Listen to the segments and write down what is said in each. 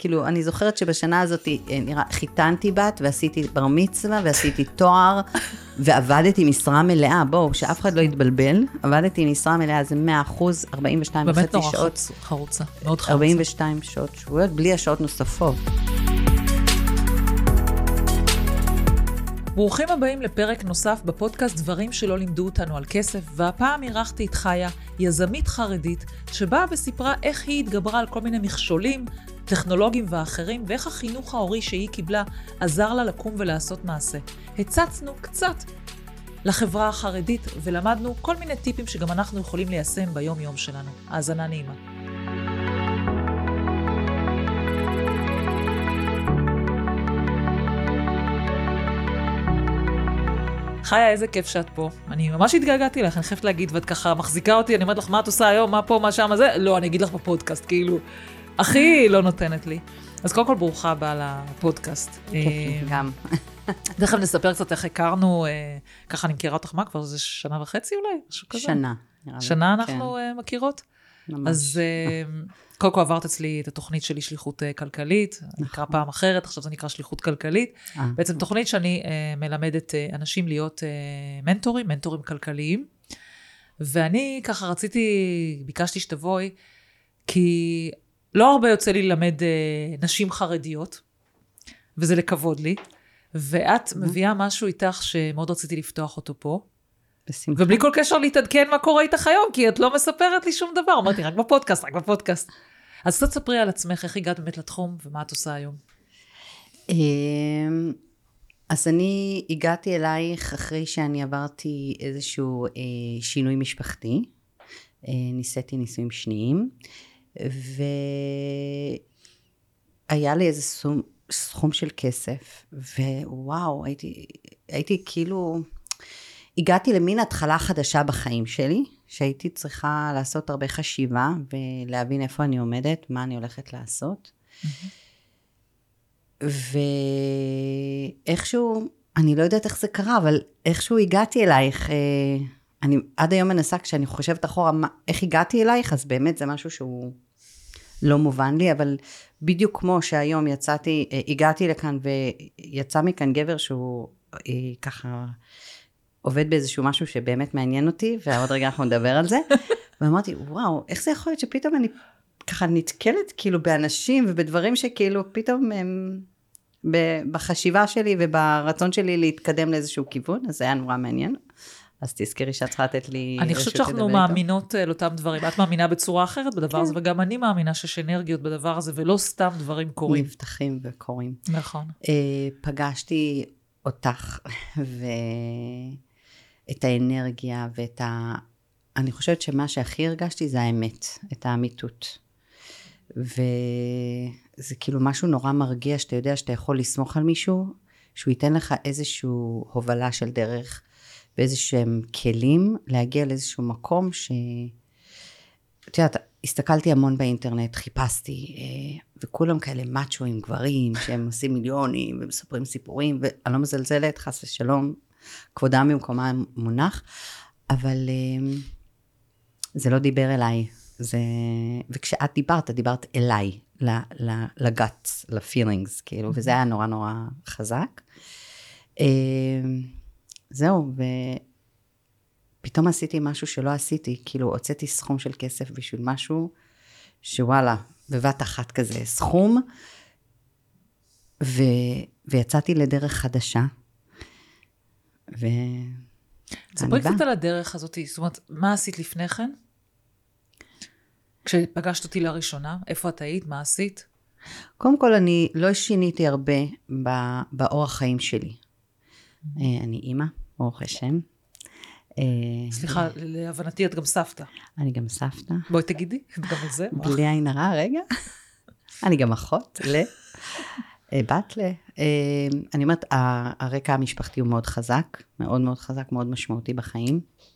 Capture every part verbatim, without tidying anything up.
כאילו, אני זוכרת שבשנה הזאת, נראה, חיתנתי בת, ועשיתי בר מצווה, ועשיתי תואר, ועבדתי משרה מלאה, בואו, שאף אחד לא יתבלבל, עבדתי משרה מלאה, זה מאה אחוז, ארבעים ושתיים וחצי שעות. באמת נורא חרוצה, מאוד חרוצה. ארבעים ושתיים שעות שבועיות, בלי השעות נוספות. ברוכים הבאים לפרק נוסף בפודקאסט דברים שלא לימדו אותנו על כסף, והפעם אירחתי את חיה, יזמית חרדית, שבאה וסיפרה איך היא התגברה על כל מיני מכשולים, טכנולוגיים ואחרים, ואיך החינוך ההורי שהיא קיבלה עזר לה לקום ולעשות מעשה. הצצנו קצת לחברה החרדית ולמדנו כל מיני טיפים שגם אנחנו יכולים ליישם ביום יום שלנו. האזנה נעימה. חיה, איזה כיף שאת פה. אני ממש התגעגעתי לך, אני חייבת להגיד, ואת ככה מחזיקה אותי, אני אומרת לך, מה את עושה היום, מה פה, מה שם, זה? לא, אני אגיד לך בפודקאסט, כאילו, הכי לא נותנת לי. אז קודם כל ברוכה הבאה לפודקאסט. גם. דרך כלל נספר קצת איך הכרנו, ככה אני מכירה אותך, מה כבר? זה שנה וחצי אולי? משהו כזה? שנה. שנה אנחנו מכירות? ממש. אז קודם כל עברת אצלי את התוכנית שלי שליחות כלכלית, נקרא פעם אחרת, עכשיו זה נקרא שליחות כלכלית. בעצם תוכנית שאני מלמדת אנשים להיות מנטורים, מנטורים כלכליים. ואני ככה רציתי, ביקשתי שתבואי, כי לא הרבה יוצא לי ללמד נשים חרדיות, וזה לכבוד לי. ואת מביאה משהו איתך שמאוד רציתי לפתוח אותו פה. בשמחה. ובלי כל קשר להתעדכן מה קורה איתך היום, כי את לא מספרת לי שום דבר. אמרתי, רק בפודקאסט, רק בפודקאסט. אז קצת ספרי על עצמך, איך הגעת באמת לתחום, ומה את עושה היום? אז אני הגעתי אלייך אחרי שאני עברתי איזשהו שינוי משפחתי. ניסיתי ניסויים שניים, והיה לי איזה סכום, סכום של כסף, ווואו, הייתי, הייתי כאילו... הגעתי למין התחלה חדשה בחיים שלי, שהייתי צריכה לעשות הרבה חשיבה, ולהבין איפה אני עומדת, מה אני הולכת לעשות. ואיכשהו, אני לא יודעת איך זה קרה, אבל איכשהו הגעתי אלייך, אני עד היום מנסה, כשאני חושבת אחורה, איך הגעתי אלייך, אז באמת זה משהו שהוא לא מובן לי, אבל בדיוק כמו שהיום יצאתי, הגעתי לכאן, ויצא מכאן גבר שהוא ככה... עובד באיזשהו משהו שבאמת מעניין אותי, ועוד רגע אנחנו נדבר על זה, ואמרתי, וואו, איך זה יכול להיות שפתאום אני ככה נתקלת כאילו באנשים, ובדברים שכאילו פתאום הם, בחשיבה שלי, וברצון שלי להתקדם לאיזשהו כיוון, אז זה היה נורא מעניין. אז תזכרי שאת צריכה לתת לי... אני חושבת שאנחנו מאמינות על אותם דברים, את מאמינה בצורה אחרת בדבר הזה, וגם אני מאמינה שיש אנרגיות בדבר הזה, ולא סתם דברים קורים. נפתחים וקורים. נכון. פגשתי אותך, ו... את האנרגיה ואת ה... אני חושבת שמה שהכי הרגשתי זה האמת, את האמיתות. וזה כאילו משהו נורא מרגיע, שאתה יודע שאתה יכול לסמוך על מישהו, שהוא ייתן לך איזשהו הובלה של דרך, ואיזשהם כלים, להגיע לאיזשהו מקום ש... אתה יודע, הסתכלתי המון באינטרנט, חיפשתי, וכולם כאלה מאצ'ו עם גברים, שהם עושים מיליונים, ומספרים סיפורים, ואני לא מזלזלת, חס ושלום, כבודם במקומה מונח, אבל זה לא דיבר אליי, זה, וכשאת דיברת, את דיברת אליי, לגאטס, לפילינגס, כאילו, וזה היה נורא נורא חזק. זהו, ופתאום עשיתי משהו שלא עשיתי, כאילו, הוצאתי סכום של כסף בשביל משהו, שוואלה, בבת אחת כזה, סכום, ו, ויצאתי לדרך חדשה, ו... תספרי קצת על הדרך הזאת, זאת אומרת, מה עשית לפני כן? כשפגשת אותי לראשונה, איפה את היית, מה עשית? קודם כל, אני לא שיניתי הרבה באורח חיים שלי. אני אימא, ברוך השם. סליחה, להבנתי את גם סבתא. אני גם סבתא. בואי תגידי, גם על זה. בלי עין הרע, רגע. אני גם אחות, ל... בת ל... אני אומרת, הרקע המשפחתי הוא מאוד חזק, מאוד מאוד חזק, מאוד משמעותי בחיים.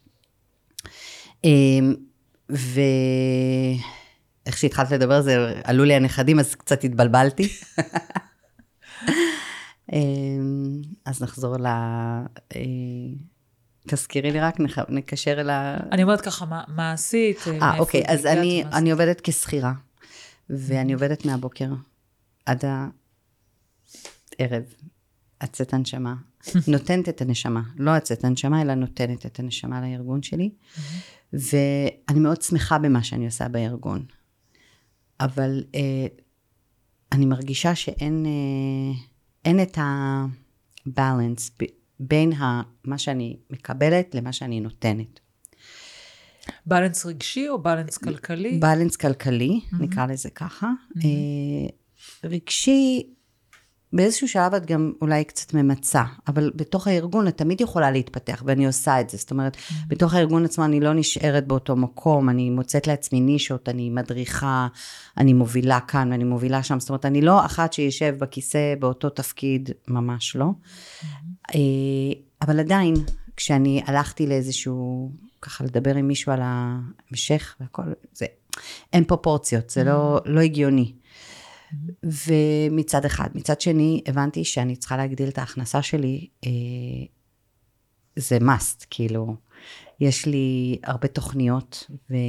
ואיך שהתחלת לדבר, זה עלו לי הנכדים, אז קצת התבלבלתי. אז נחזור ל... תזכירי לי רק, נקשר אל ה... אני אומרת ככה, מה עשית? אה, אוקיי, אז אני עובדת כשכירה, ואני עובדת מהבוקר עד הערב, הצאת הנשמה, נותנת את הנשמה, לא הצאת הנשמה, אלא נותנת את הנשמה לארגון שלי, ואני מאוד שמחה במה שאני עושה בארגון, אבל אה, אני מרגישה שאין אה, אין את הבאלנס בין מה שאני מקבלת למה שאני נותנת. בלנס רגשי או בלנס כלכלי? בלנס כלכלי, mm-hmm. נקרא לזה ככה. Mm-hmm. רגשי, באיזשהו שלב את גם אולי קצת ממצה, אבל בתוך הארגון את תמיד יכולה להתפתח, ואני עושה את זה. זאת אומרת, mm-hmm. בתוך הארגון עצמו אני לא נשארת באותו מקום, אני מוצאת לעצמי נישות, אני מדריכה, אני מובילה כאן, אני מובילה שם. זאת אומרת, אני לא אחת שישב בכיסא באותו תפקיד, ממש לא. Mm-hmm. אבל עדיין, כשאני הלכתי לאיזשהו, ככה לדבר עם מישהו על המשך והכל, זה, אין פרופורציות, זה לא, לא הגיוני. ומצד אחד, מצד שני, הבנתי שאני צריכה להגדיל את ההכנסה שלי, אה, זה must, כאילו, יש לי הרבה תוכניות,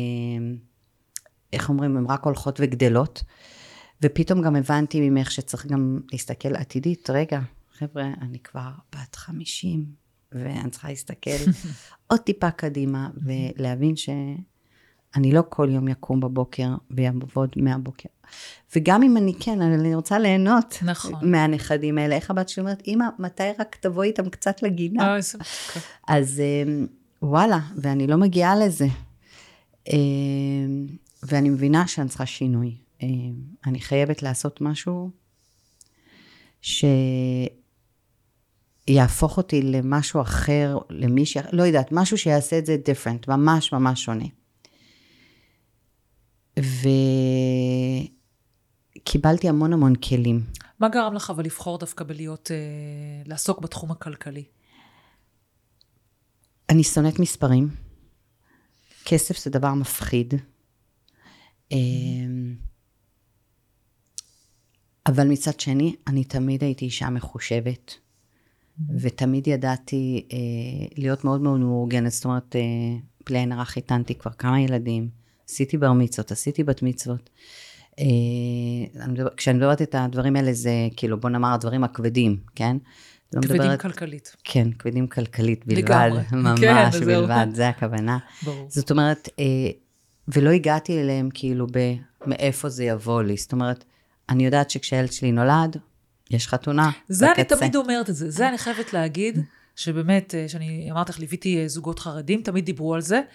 ואיך אומרים, הן רק הולכות וגדלות, ופתאום גם הבנתי ממך שצריך גם להסתכל עתידית, רגע, חבר'ה, אני כבר בת חמישים, ואני צריכה להסתכל עוד טיפה קדימה, ולהבין שאני לא כל יום יקום בבוקר, ויעבוד מהבוקר. וגם אם אני כן, אני רוצה ליהנות נכון. מהנכדים האלה. איך הבת שלי אומרת, אמא, מתי רק תבואי איתם קצת לגינה? אה, איזה מפקה. אז וואלה, ואני לא מגיעה לזה. ואני מבינה שאני צריכה שינוי. אני חייבת לעשות משהו ש... יהפוך אותי למשהו אחר, למישהו, לא יודעת, משהו שיעשה את זה different, ממש ממש שונה. וקיבלתי המון המון כלים. מה גרם לך אבל לבחור דווקא בלהיות, אה, לעסוק בתחום הכלכלי? אני שונאת מספרים. כסף זה דבר מפחיד. אבל מצד שני, אני תמיד הייתי אישה מחושבת. ותמיד ידעתי אה, להיות מאוד מאוד מאורגנת, זאת אומרת, אה, בלי עין הרע חיתנתי כבר כמה ילדים, עשיתי בר מצוות, עשיתי בת מצוות. אה, כשאני מדברת את הדברים האלה, זה כאילו, בוא נאמר, הדברים הכבדים, כן? לא כבדים מדברת, כלכלית. כן, כבדים כלכלית בלבד, ממש כן, בלבד, זה הכוונה. ברור. זאת אומרת, אה, ולא הגעתי אליהם כאילו מאיפה זה יבוא לי, זאת אומרת, אני יודעת שכשהילד שלי נולד, יש חתונה. זה אני תמיד אומרת את זה. זה אני חייבת להגיד, שבאמת, שאני אמרת לך, ליוויתי זוגות חרדים, תמיד דיברו על זה.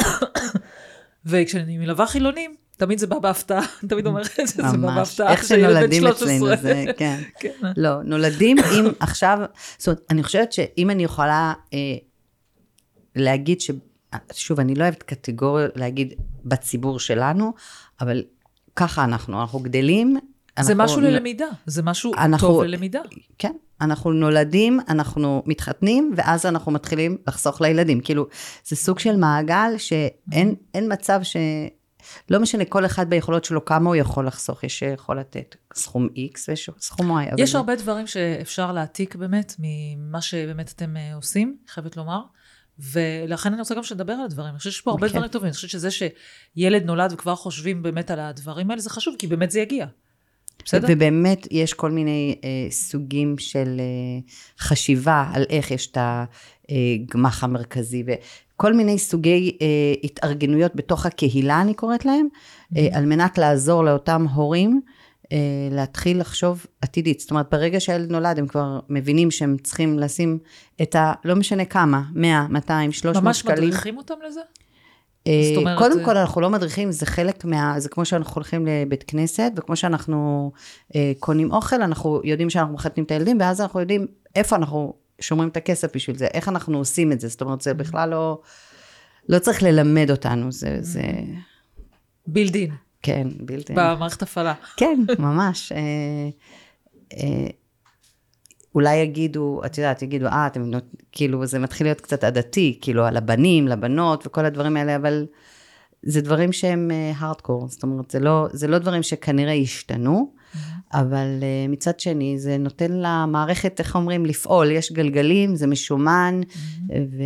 וכשאני מלווה חילונים, תמיד זה בא בהפתעה. תמיד אומרת את זה, זה בא בהפתעה. איך שנולדים אצלנו זה, כן. לא, נולדים אם עכשיו, זאת אומרת, אני חושבת שאם אני יכולה להגיד ש... שוב, אני לא אוהבת קטגוריה להגיד בציבור שלנו, אבל ככה אנחנו, אנחנו גדלים, זה משהו ללמידה, זה משהו טוב ללמידה. כן, אנחנו נולדים, אנחנו מתחתנים, ואז אנחנו מתחילים לחסוך לילדים. כאילו, זה סוג של מעגל שאין מצב ש... לא משנה כל אחד ביכולות שלו, כמה הוא יכול לחסוך. יש יכול לתת סכום X ויש סכום Y. יש הרבה דברים שאפשר להעתיק באמת, ממה שבאמת אתם עושים, חייבת לומר. ולכן אני רוצה גם שתדבר על הדברים. אני חושבת שיש פה הרבה דברים טובים. אני חושבת שזה שילד נולד וכבר חושבים באמת על הדברים האלה, זה חשוב, כי באמת זה יגיע. בסדר? ובאמת יש כל מיני אה, סוגים של אה, חשיבה על איך יש את הגמח המרכזי, וכל מיני סוגי אה, התארגנויות בתוך הקהילה, אני קוראת להם, mm-hmm. אה, על מנת לעזור לאותם הורים, אה, להתחיל לחשוב עתידית. זאת אומרת, ברגע שהילד נולד, הם כבר מבינים שהם צריכים לשים את ה... לא משנה כמה, מאה, מאתיים, שלוש מאות שקלים. ממש מדריכים אותם לזה? אומרת, קודם כל אנחנו לא מדריכים, זה חלק מה, זה כמו שאנחנו הולכים לבית כנסת, וכמו שאנחנו אה, קונים אוכל, אנחנו יודעים שאנחנו מחתנים את הילדים, ואז אנחנו יודעים איפה אנחנו שומרים את הכסף בשביל זה, איך אנחנו עושים את זה, זאת אומרת, זה בכלל לא, לא צריך ללמד אותנו, זה... זה... בילדין. כן, בילדין. במערכת הפעלה. כן, ממש. אה, אה, אולי יגידו, את יודעת, יגידו, אה, אתם, כאילו, זה מתחיל להיות קצת עדתי, כאילו, על הבנים, לבנות, וכל הדברים האלה, אבל זה דברים שהם הארדקור, זאת אומרת, זה לא, זה לא דברים שכנראה ישתנו, אבל מצד שני, זה נותן למערכת, איך אומרים, לפעול, יש גלגלים, זה משומן, ו...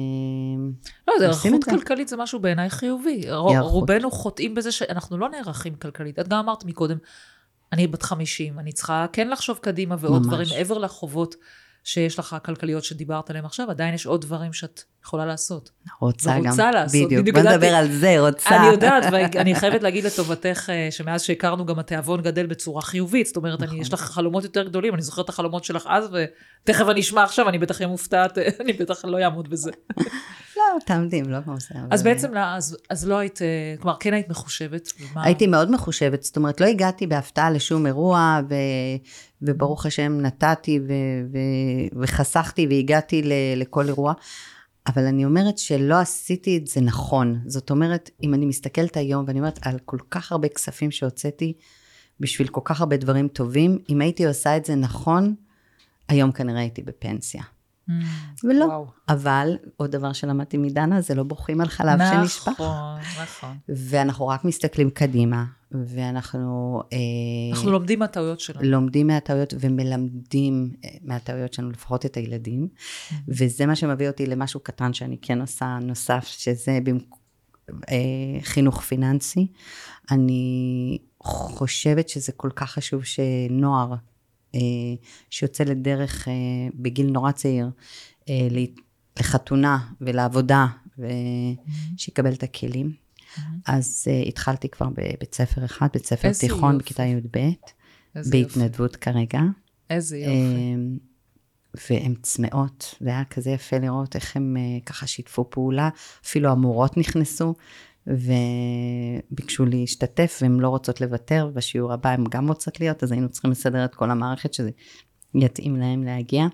לא, זה ערכות כלכלית, זה משהו בעיניי חיובי. רובנו חוטאים בזה שאנחנו לא נערכים כלכלית. את גם אמרת מקודם, אני בת חמישים, אני צריכה כן לחשוב קדימה ועוד ממש. דברים, מעבר לחובות שיש לך כלכליות שדיברת עליהם עכשיו, עדיין יש עוד דברים שאת יכולה לעשות. רוצה גם, לעשות. בדיוק, בוא נדבר על זה, רוצה. אני יודעת, ואני חייבת להגיד לטובתך, שמאז שהכרנו גם התיאבון גדל בצורה חיובית, זאת אומרת, אני, יש לך חלומות יותר גדולים, אני זוכרת את החלומות שלך אז, ותכף אני אשמע עכשיו, אני בטח אהיה מופתעת, אני בטח לא אעמוד בזה. לא, תעמדים, לא כמו זה. אז בעצם, אז לא היית, כלומר, כן היית מחושבת? הייתי מאוד מחושבת, זאת אומרת, לא הגעתי בהפתעה לשום אירוע, וברוך השם נתתי וחסכתי והגעתי לכל אירוע, אבל אני אומרת שלא עשיתי את זה נכון. זאת אומרת, אם אני מסתכלת היום, ואני אומרת על כל כך הרבה כספים שהוצאתי, בשביל כל כך הרבה דברים טובים, אם הייתי עושה את זה נכון, היום כנראה הייתי בפנסיה. ולא, וואו. אבל עוד דבר שלמדתי מדנה, זה לא בוכים על חלב נכון, שנשפך. נכון, נכון. ואנחנו רק מסתכלים קדימה, ואנחנו... אנחנו אה, לומדים מהטעויות שלנו. לומדים מהטעויות ומלמדים מהטעויות שלנו, לפחות את הילדים, mm-hmm. וזה מה שמביא אותי למשהו קטן שאני כן עושה נוסף, שזה במק... אה, חינוך פיננסי. אני חושבת שזה כל כך חשוב שנוער, שיוצא לדרך בגיל נורא צעיר, לחתונה ולעבודה, ושיקבל את הכלים. אז התחלתי כבר בבית ספר אחד, בית ספר תיכון, בכיתה י' ב', בהתנדבות כרגע. איזה יופי. והן צמאות, זה היה כזה יפה לראות איך הם ככה שיתפו פעולה, אפילו המורות נכנסו, וביקשו להשתתף, והן לא רוצות לוותר, בשיעור הבא הן גם רוצות להיות, אז היינו צריכים לסדר את כל המערכת, שזה יתאים להם להגיע.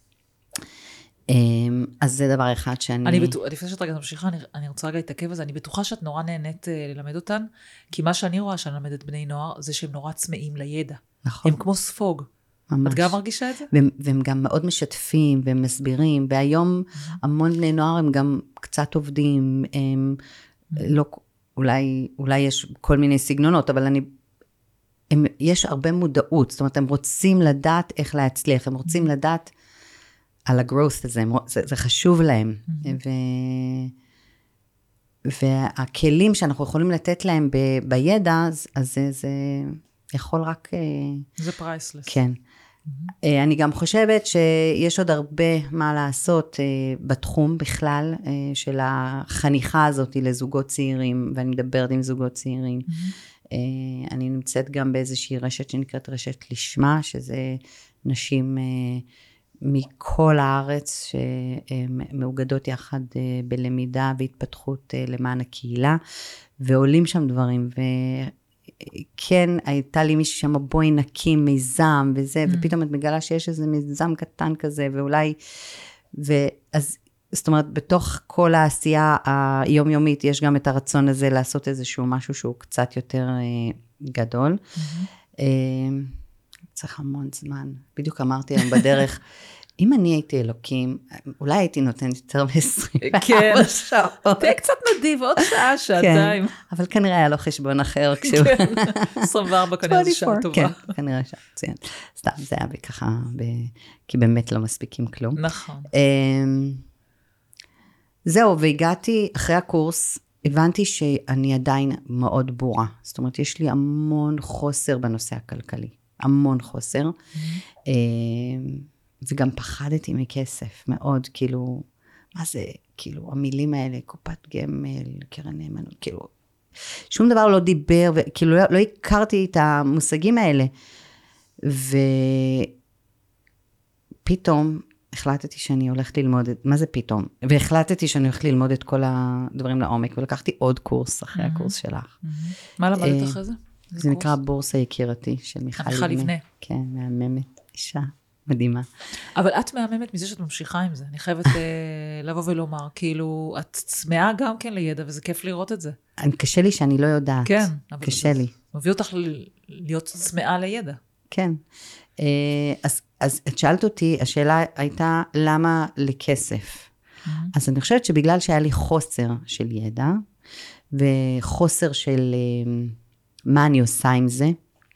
אז זה דבר אחד שאני... אני בטוחה, לפני שאת רגע תמשיכה, אני, אני רוצה רגע להתעכב על זה, אני בטוחה שאת נורא נהנית ללמד אותן, כי מה שאני רואה שאני למדת בני נוער, זה שהם נורא צמאים לידע. נכון. הם כמו ספוג. ממש. את גם מרגישה את זה? והם, והם גם מאוד משתפים, והם מסבירים, והיום mm-hmm. המון בני נוער הם גם קצת עובדים, הם... לא, אולי, אולי יש כל מיני סגנונות, אבל אני, הם, יש הרבה מודעות, זאת אומרת, הם רוצים לדעת איך להצליח, הם רוצים לדעת על הגרוס הזה, זה, זה חשוב להם, ו, והכלים שאנחנו יכולים לתת להם ב, בידע, אז, אז זה, זה יכול רק... זה פרייסלס. כן. אני גם חושבת שיש עוד הרבה מה לעשות בתחום בכלל של החניכה הזאת לזוגות צעירים, ואני מדברת עם זוגות צעירים. אני נמצאת גם באיזושהי רשת שנקראת רשת לשמה, שזה נשים מכל הארץ שמאוגדות יחד בלמידה והתפתחות למען הקהילה, ועולים שם דברים, ו... כן, הייתה לי מישהו שם, בואי נקים מיזם וזה, mm. ופתאום את מגלה שיש איזה מיזם קטן כזה, ואולי, ואז, זאת אומרת, בתוך כל העשייה היומיומית, יש גם את הרצון הזה לעשות איזשהו משהו שהוא קצת יותר אה, גדול. Mm-hmm. אה, צריך המון זמן. בדיוק אמרתי היום בדרך, אם אני הייתי אלוקים, אולי הייתי נותנת יותר מ-עשרים וארבע שעות. תהיה קצת נדיב, עוד שעה, שעתיים. אבל כנראה היה לו חשבון אחר. עשרים וארבע כנראה זה שעה טובה. כן, כנראה שעה מצוין. סתם, זה היה ככה, כי באמת לא מספיקים כלום. נכון. זהו, והגעתי אחרי הקורס, הבנתי שאני עדיין מאוד בורה. זאת אומרת, יש לי המון חוסר בנושא הכלכלי. המון חוסר. וגם פחדתי מכסף, מאוד, כאילו, מה זה, כאילו, המילים האלה, קופת גמל, קרן נאמנות, כאילו, שום דבר לא דיבר, וכאילו, לא, לא הכרתי את המושגים האלה, ופתאום החלטתי שאני הולכת ללמוד, מה זה פתאום? והחלטתי שאני הולכת ללמוד את כל הדברים לעומק, ולקחתי עוד קורס אחרי הקורס שלך. מה למדת אחרי זה? זה נקרא בורסה יקירתי, של מיכל לבנה. כן, מהממת, אישה. מדהימה. אבל את מהממת מזה שאת ממשיכה עם זה. אני חייבת uh, לבוא ולומר, כאילו, את צמאה גם כן לידע, וזה כיף לראות את זה. קשה לי שאני לא יודעת. כן. קשה לי. מביא אותך להיות צמאה לידע. כן. אז, אז את שאלת אותי, השאלה הייתה, למה לכסף? Mm-hmm. אז אני חושבת שבגלל שהיה לי חוסר של ידע, וחוסר של מה אני עושה עם זה,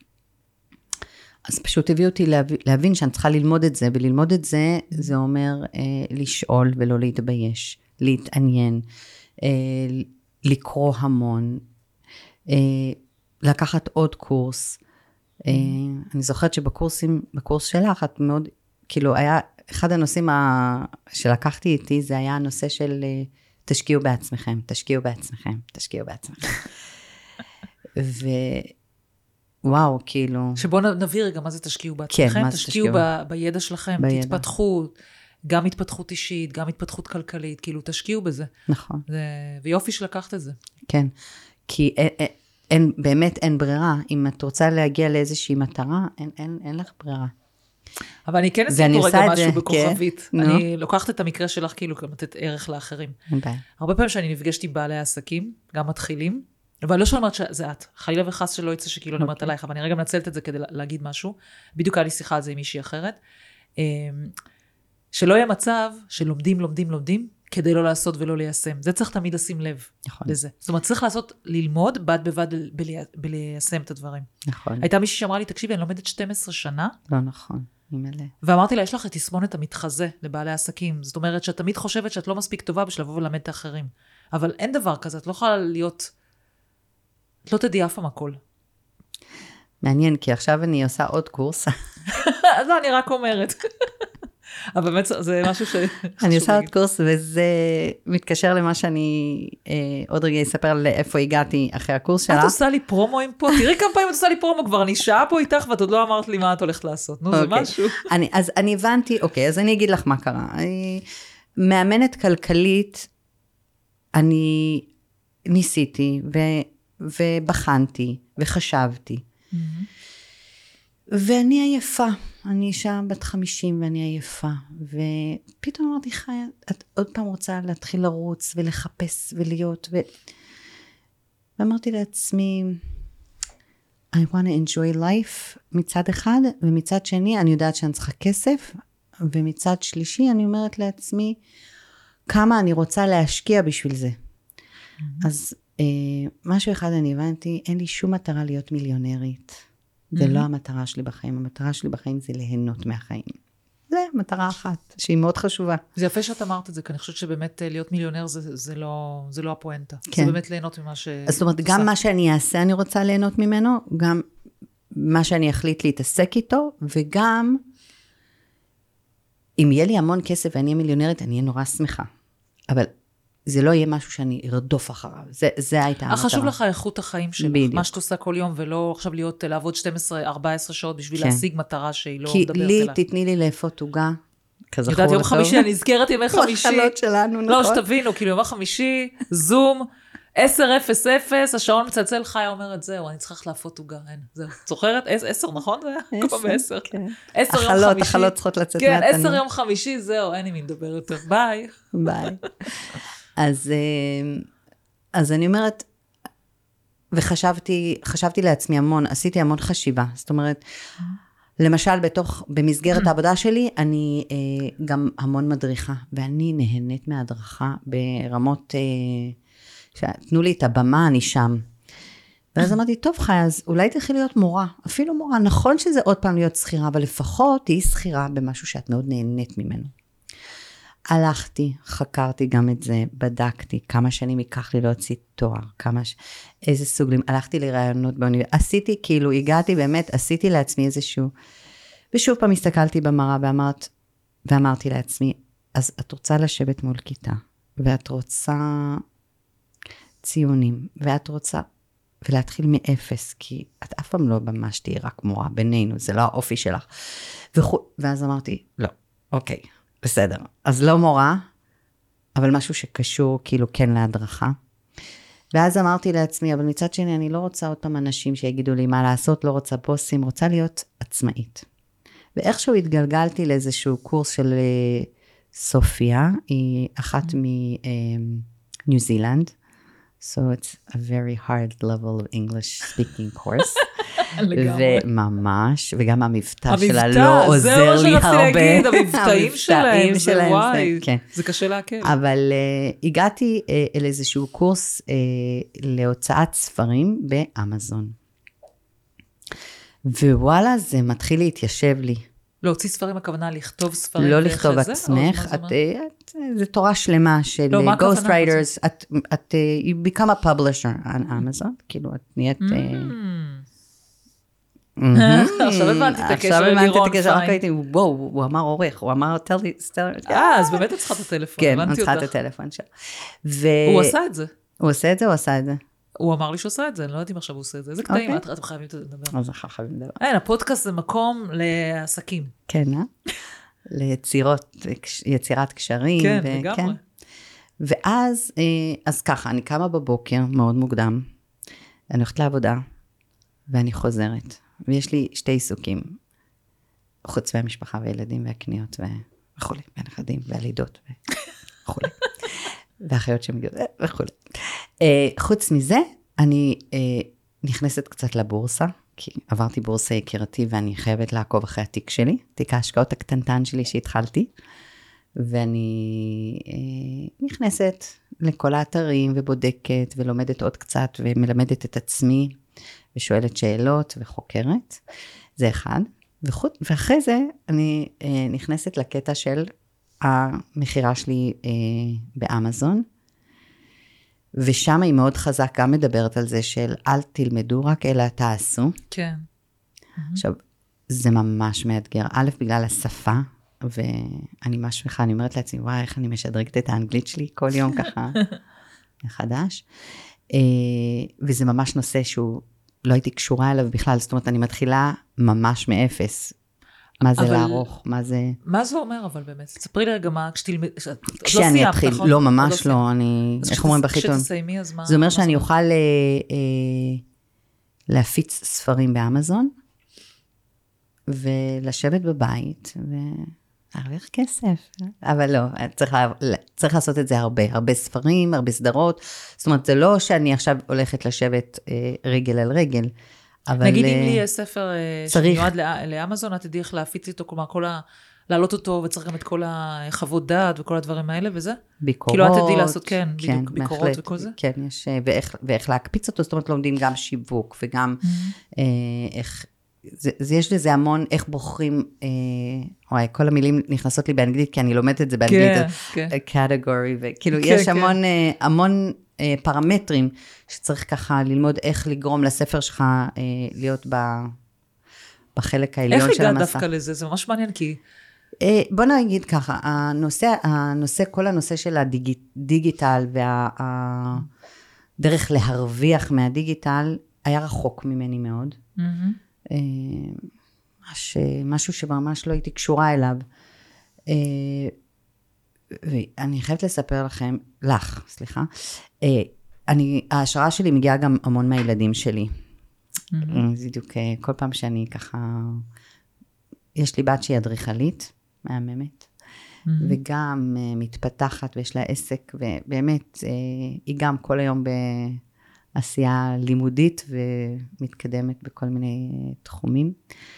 אז פשוט הביא אותי להבין, להבין שאני צריכה ללמוד את זה, וללמוד את זה, זה אומר אה, לשאול ולא להתבייש, להתעניין, אה, לקרוא המון, אה, לקחת עוד קורס, אני זוכרת שבקורסים, בקורס שלך, את מאוד, כאילו, היה, אחד הנושאים שלקחתי איתי, זה היה הנושא של תשקיעו בעצמכם, תשקיעו בעצמכם, תשקיעו בעצמכם. ווואו, כאילו... שבואו נבהיר רגע מה זה תשקיעו בעצמכם, כן, מה זה תשקיעו תשקיעו? ב, בידע שלכם, בידע. תתפתחו, גם התפתחות אישית, גם התפתחות כלכלית, כאילו תשקיעו בזה. נכון. זה, ויופי שלקחת את זה. כן, כי אין, אין, באמת אין ברירה, אם את רוצה להגיע לאיזושהי מטרה, אין, אין, אין לך ברירה. אבל אני כן אשים פה רגע משהו בכוכבית. כן? אני לוקחת את המקרה שלך כאילו לתת ערך לאחרים. ביי. הרבה פעמים שאני נפגשת עם בעלי העסקים, גם מתחילים, אבל לא שאומרת שזה את, חלילה וחס שלא יצא שכאילו אני אומרת עלייך, אבל אני רגע מנצלת את זה כדי להגיד משהו. בדיוק היה לי שיחה על זה עם מישהי אחרת. שלא יהיה מצב שלומדים, לומדים, לומדים, כדי לא לעשות ולא ליישם. זה צריך תמיד לשים לב נכון. לזה. זאת אומרת, צריך לעשות, ללמוד בד בבד בליישם את הדברים. נכון. הייתה מישהי שאמרה לי, תקשיבי, אני לומדת שתים עשרה שנה. לא נכון, מלא. ואמרתי לה, יש לך את תסמונת המתחזה לבעלי העסקים. זאת אומרת, שאת תמיד חושבת שאת לא מספיק טובה בשביל לבוא ולמד את האחרים. אבל אין דבר כזה, את לא יכולה להיות, את לא תדעי אף פעם הכל. מעניין, כי עכשיו אני עושה עוד קורס. לא, אני רק אומרת. אבל באמת זה משהו ש... אני עושה עוד קורס, וזה מתקשר למה שאני עוד רגע אספר על איפה הגעתי אחרי הקורס שלה. את עושה לי פרומואים פה? תראי כמה פעמים את עושה לי פרומו כבר, אני שעה פה איתך, ואת עוד לא אמרת לי מה את הולכת לעשות. נו, זה משהו. אז אני הבנתי, אוקיי, אז אני אגיד לך מה קרה. אני מאמנת כלכלית, אני ניסיתי, ובחנתי, וחשבתי. ואני עייפה, אני אישה בת חמישים ואני עייפה, ופתאום אמרתי, חיה, את עוד פעם רוצה להתחיל לרוץ ולחפש ולהיות, ו... ואמרתי לעצמי, I want to enjoy life מצד אחד, ומצד שני אני יודעת שאני צריכה כסף, ומצד שלישי אני אומרת לעצמי, כמה אני רוצה להשקיע בשביל זה. Mm-hmm. אז אה, משהו אחד אני הבנתי, אין לי שום מטרה להיות מיליונרית. זה לא המטרה שלי בחיים, המטרה שלי בחיים זה ליהנות מהחיים. זה מטרה אחת, שהיא מאוד חשובה. זה יפה שאת אמרת את זה, כי אני חושבת שבאמת להיות מיליונר זה, זה לא, זה לא הפואנטה. כן. זה באמת ליהנות ממה ש... זאת אומרת, גם מה שאני אעשה אני רוצה ליהנות ממנו, גם מה שאני אחליט להתעסק איתו, וגם אם יהיה לי המון כסף ואני אהיה מיליונרית, אני אהיה נורא שמחה. אבל זה לא יהיה משהו שאני ארדוף אחריו. זה, זה הייתה המטרה. חשוב לך איכות החיים שלך, בדיוק. מה שאת עושה כל יום, ולא עכשיו להיות, לעבוד שתים עשרה ארבע עשרה שעות, בשביל כן. להשיג מטרה שהיא לא מדברת אליי. כי לי, תתני לי לאפות עוגה, כזכור יודעת, יום חמישי, אני נזכרת ימי חמישי. החלות שלנו, נכון? לא, שתבינו, כאילו יום חמישי, זום, עשר אפס אפס, השעון מצלצל, חיה אומרת, זהו, אני צריכה לאפות עוגה, אין, זהו. זוכרת? עשר, נכון? זה היה כל בעשר. עשר יום חמישי. החלות צריכות לצאת כן, עשר יום חמישי, זהו, אין לי מי לדבר יותר. ביי. ביי. אז, אז אני אומרת, וחשבתי, חשבתי לעצמי המון, עשיתי המון חשיבה, זאת אומרת, למשל בתוך, במסגרת העבודה שלי, אני גם המון מדריכה, ואני נהנית מהדרכה ברמות, שתנו לי את הבמה, אני שם. ואז אמרתי, טוב חי, אז אולי תתחיל להיות מורה, אפילו מורה, נכון שזה עוד פעם להיות שכירה, אבל לפחות תהי שכירה במשהו שאת מאוד נהנית ממנו. הלכתי, חקרתי גם את זה, בדקתי כמה שנים ייקח לי להוציא תואר, כמה ש... איזה סוגלים, הלכתי לרעיונות באוניברסיטה, עשיתי כאילו, הגעתי באמת, עשיתי לעצמי איזשהו, ושוב פעם הסתכלתי במראה ואמרת, ואמרתי לעצמי, אז את רוצה לשבת מול כיתה, ואת רוצה ציונים, ואת רוצה, ולהתחיל מאפס, כי את אף פעם לא ממש תהיי רק מורה בינינו, זה לא האופי שלך. וכו... ואז אמרתי, לא, אוקיי. בסדר, אז לא מורה, אבל משהו שקשור כאילו כן להדרכה. ואז אמרתי לעצמי, אבל מצד שני אני לא רוצה עוד פעם אנשים שיגידו לי מה לעשות, לא רוצה בוסים, רוצה להיות עצמאית. ואיכשהו התגלגלתי לאיזשהו קורס של סופיה, היא אחת מניו זילנד, so it's a very hard level of English speaking course. וממש, וגם המבטא שלה לא עוזר לי הרבה. המבטאים שלהם, זה וואי, זה קשה להכיר. אבל הגעתי אל איזשהו קורס להוצאת ספרים באמזון. ווואלה, זה מתחיל להתיישב לי. להוציא ספרים, הכוונה לכתוב ספרים. לא לכתוב עצמך, זה תורה שלמה של ghost writers, את, you become a publisher on Amazon, כאילו את נהיית... עכשיו הבנתי את הקשר עכשיו ללירון הבנתי את הקשר, רק פיין. הייתי, וואו, הוא אמר עורך, הוא אמר, tell לי, אה, אז באמת את צריכה את הטלפון, כן, הוא הבנתי צריכה את אותך. הטלפון שלו. הוא עשה את זה. הוא עושה את זה, הוא עשה את זה. הוא אמר לי שהוא עושה את זה, אני לא יודעת אם עכשיו הוא עושה את זה. איזה קטעים, אתם חייבים לדבר. אז אנחנו חייבים לדבר. אין, הפודקאסט זה מקום לעסקים. כן, אה? ליצירות, יצירת קשרים. כן, ו- לגמרי. כן. ואז, אז ככה, אני קמה בבוקר מאוד מוקדם, אני הולכת לעבודה, ואני חוזרת, ויש לי שתי עיסוקים, חוץ מהמשפחה וילדים והקניות וכו', והנכדים והלידות וכו', והאחיות שמגיעות וכו'. חוץ מזה, אני נכנסת קצת לבורסה, כי עברתי בורסה יקירתי, ואני חייבת לעקוב אחרי התיק שלי, תיק ההשקעות הקטנטן שלי שהתחלתי, ואני אה, נכנסת לכל האתרים ובודקת ולומדת עוד קצת ומלמדת את עצמי ושואלת שאלות וחוקרת. זה אחד. וחוץ, ואחרי זה אני אה, נכנסת לקטע של המחירה שלי אה, באמזון, ושם היא מאוד חזק, גם מדברת על זה של אל תלמדו רק, אלא תעשו. כן. עכשיו, זה ממש מאתגר. א', בגלל השפה, ואני משמחה, אני אומרת לעצמי, וואי, איך אני משדרגת את האנגלית שלי כל יום ככה מחדש. וזה ממש נושא שהוא, לא הייתי קשורה אליו בכלל, זאת אומרת, אני מתחילה ממש מאפס. מה זה אבל... לערוך, מה זה... מה זה אומר, אבל באמת? תספרי לי רגע מה, כשתלמד... כשאני אתחיל, לא, לא ממש לא, לא אני... איך אומרים בחיתון? כשתסיימי, אז מה... זה אומר שאני אוכל אה, אה, להפיץ ספרים באמזון, ולשבת בבית, ולהרוויח כסף. אבל לא, צריך, לה... צריך לעשות את זה הרבה, הרבה ספרים, הרבה סדרות. זאת אומרת, זה לא שאני עכשיו הולכת לשבת אה, רגל על רגל, אבל... נגיד, אם לי יש ספר שמיועד לאמזון, את תדעי איך להפיץ איתו, כלומר, כל ה... להעלות אותו, וצריך גם את כל החוות דעת, וכל הדברים האלה, וזה? ביקורות. כאילו, את תדעי לעשות, כן, בדיוק, ביקורות וכל זה? כן, יש, ואיך להקפיץ אותו, זאת אומרת, לומדים גם שיווק, וגם איך... זה, יש לזה המון, איך בוחרים, אה, וואי, כל המילים נכנסות לי באנגלית, כי אני לומדת את זה באנגלית, כן, כן. category, וכאילו, כן, יש כן. המון, אה, המון אה, פרמטרים, שצריך ככה ללמוד איך לגרום לספר שלך אה, להיות ב, בחלק העליון של המסע. איך הגעת דווקא לזה? זה ממש מעניין, כי... אה, בוא נגיד ככה, הנושא, הנושא, כל הנושא של הדיגיטל, והדרך להרוויח מהדיגיטל, היה רחוק ממני מאוד. Mm-hmm. מש, משהו שממש לא הייתי קשורה אליו. ואני חייבת לספר לכם, לך, סליחה, אני, ההשראה שלי מגיעה גם המון מהילדים שלי. Mm-hmm. זה בדיוק, כל פעם שאני ככה, יש לי בת שהיא אדריכלית, מהממת, mm-hmm. וגם מתפתחת ויש לה עסק, ובאמת, היא גם כל היום ב... עשייה לימודית ומתקדמת בכל מיני תחומים.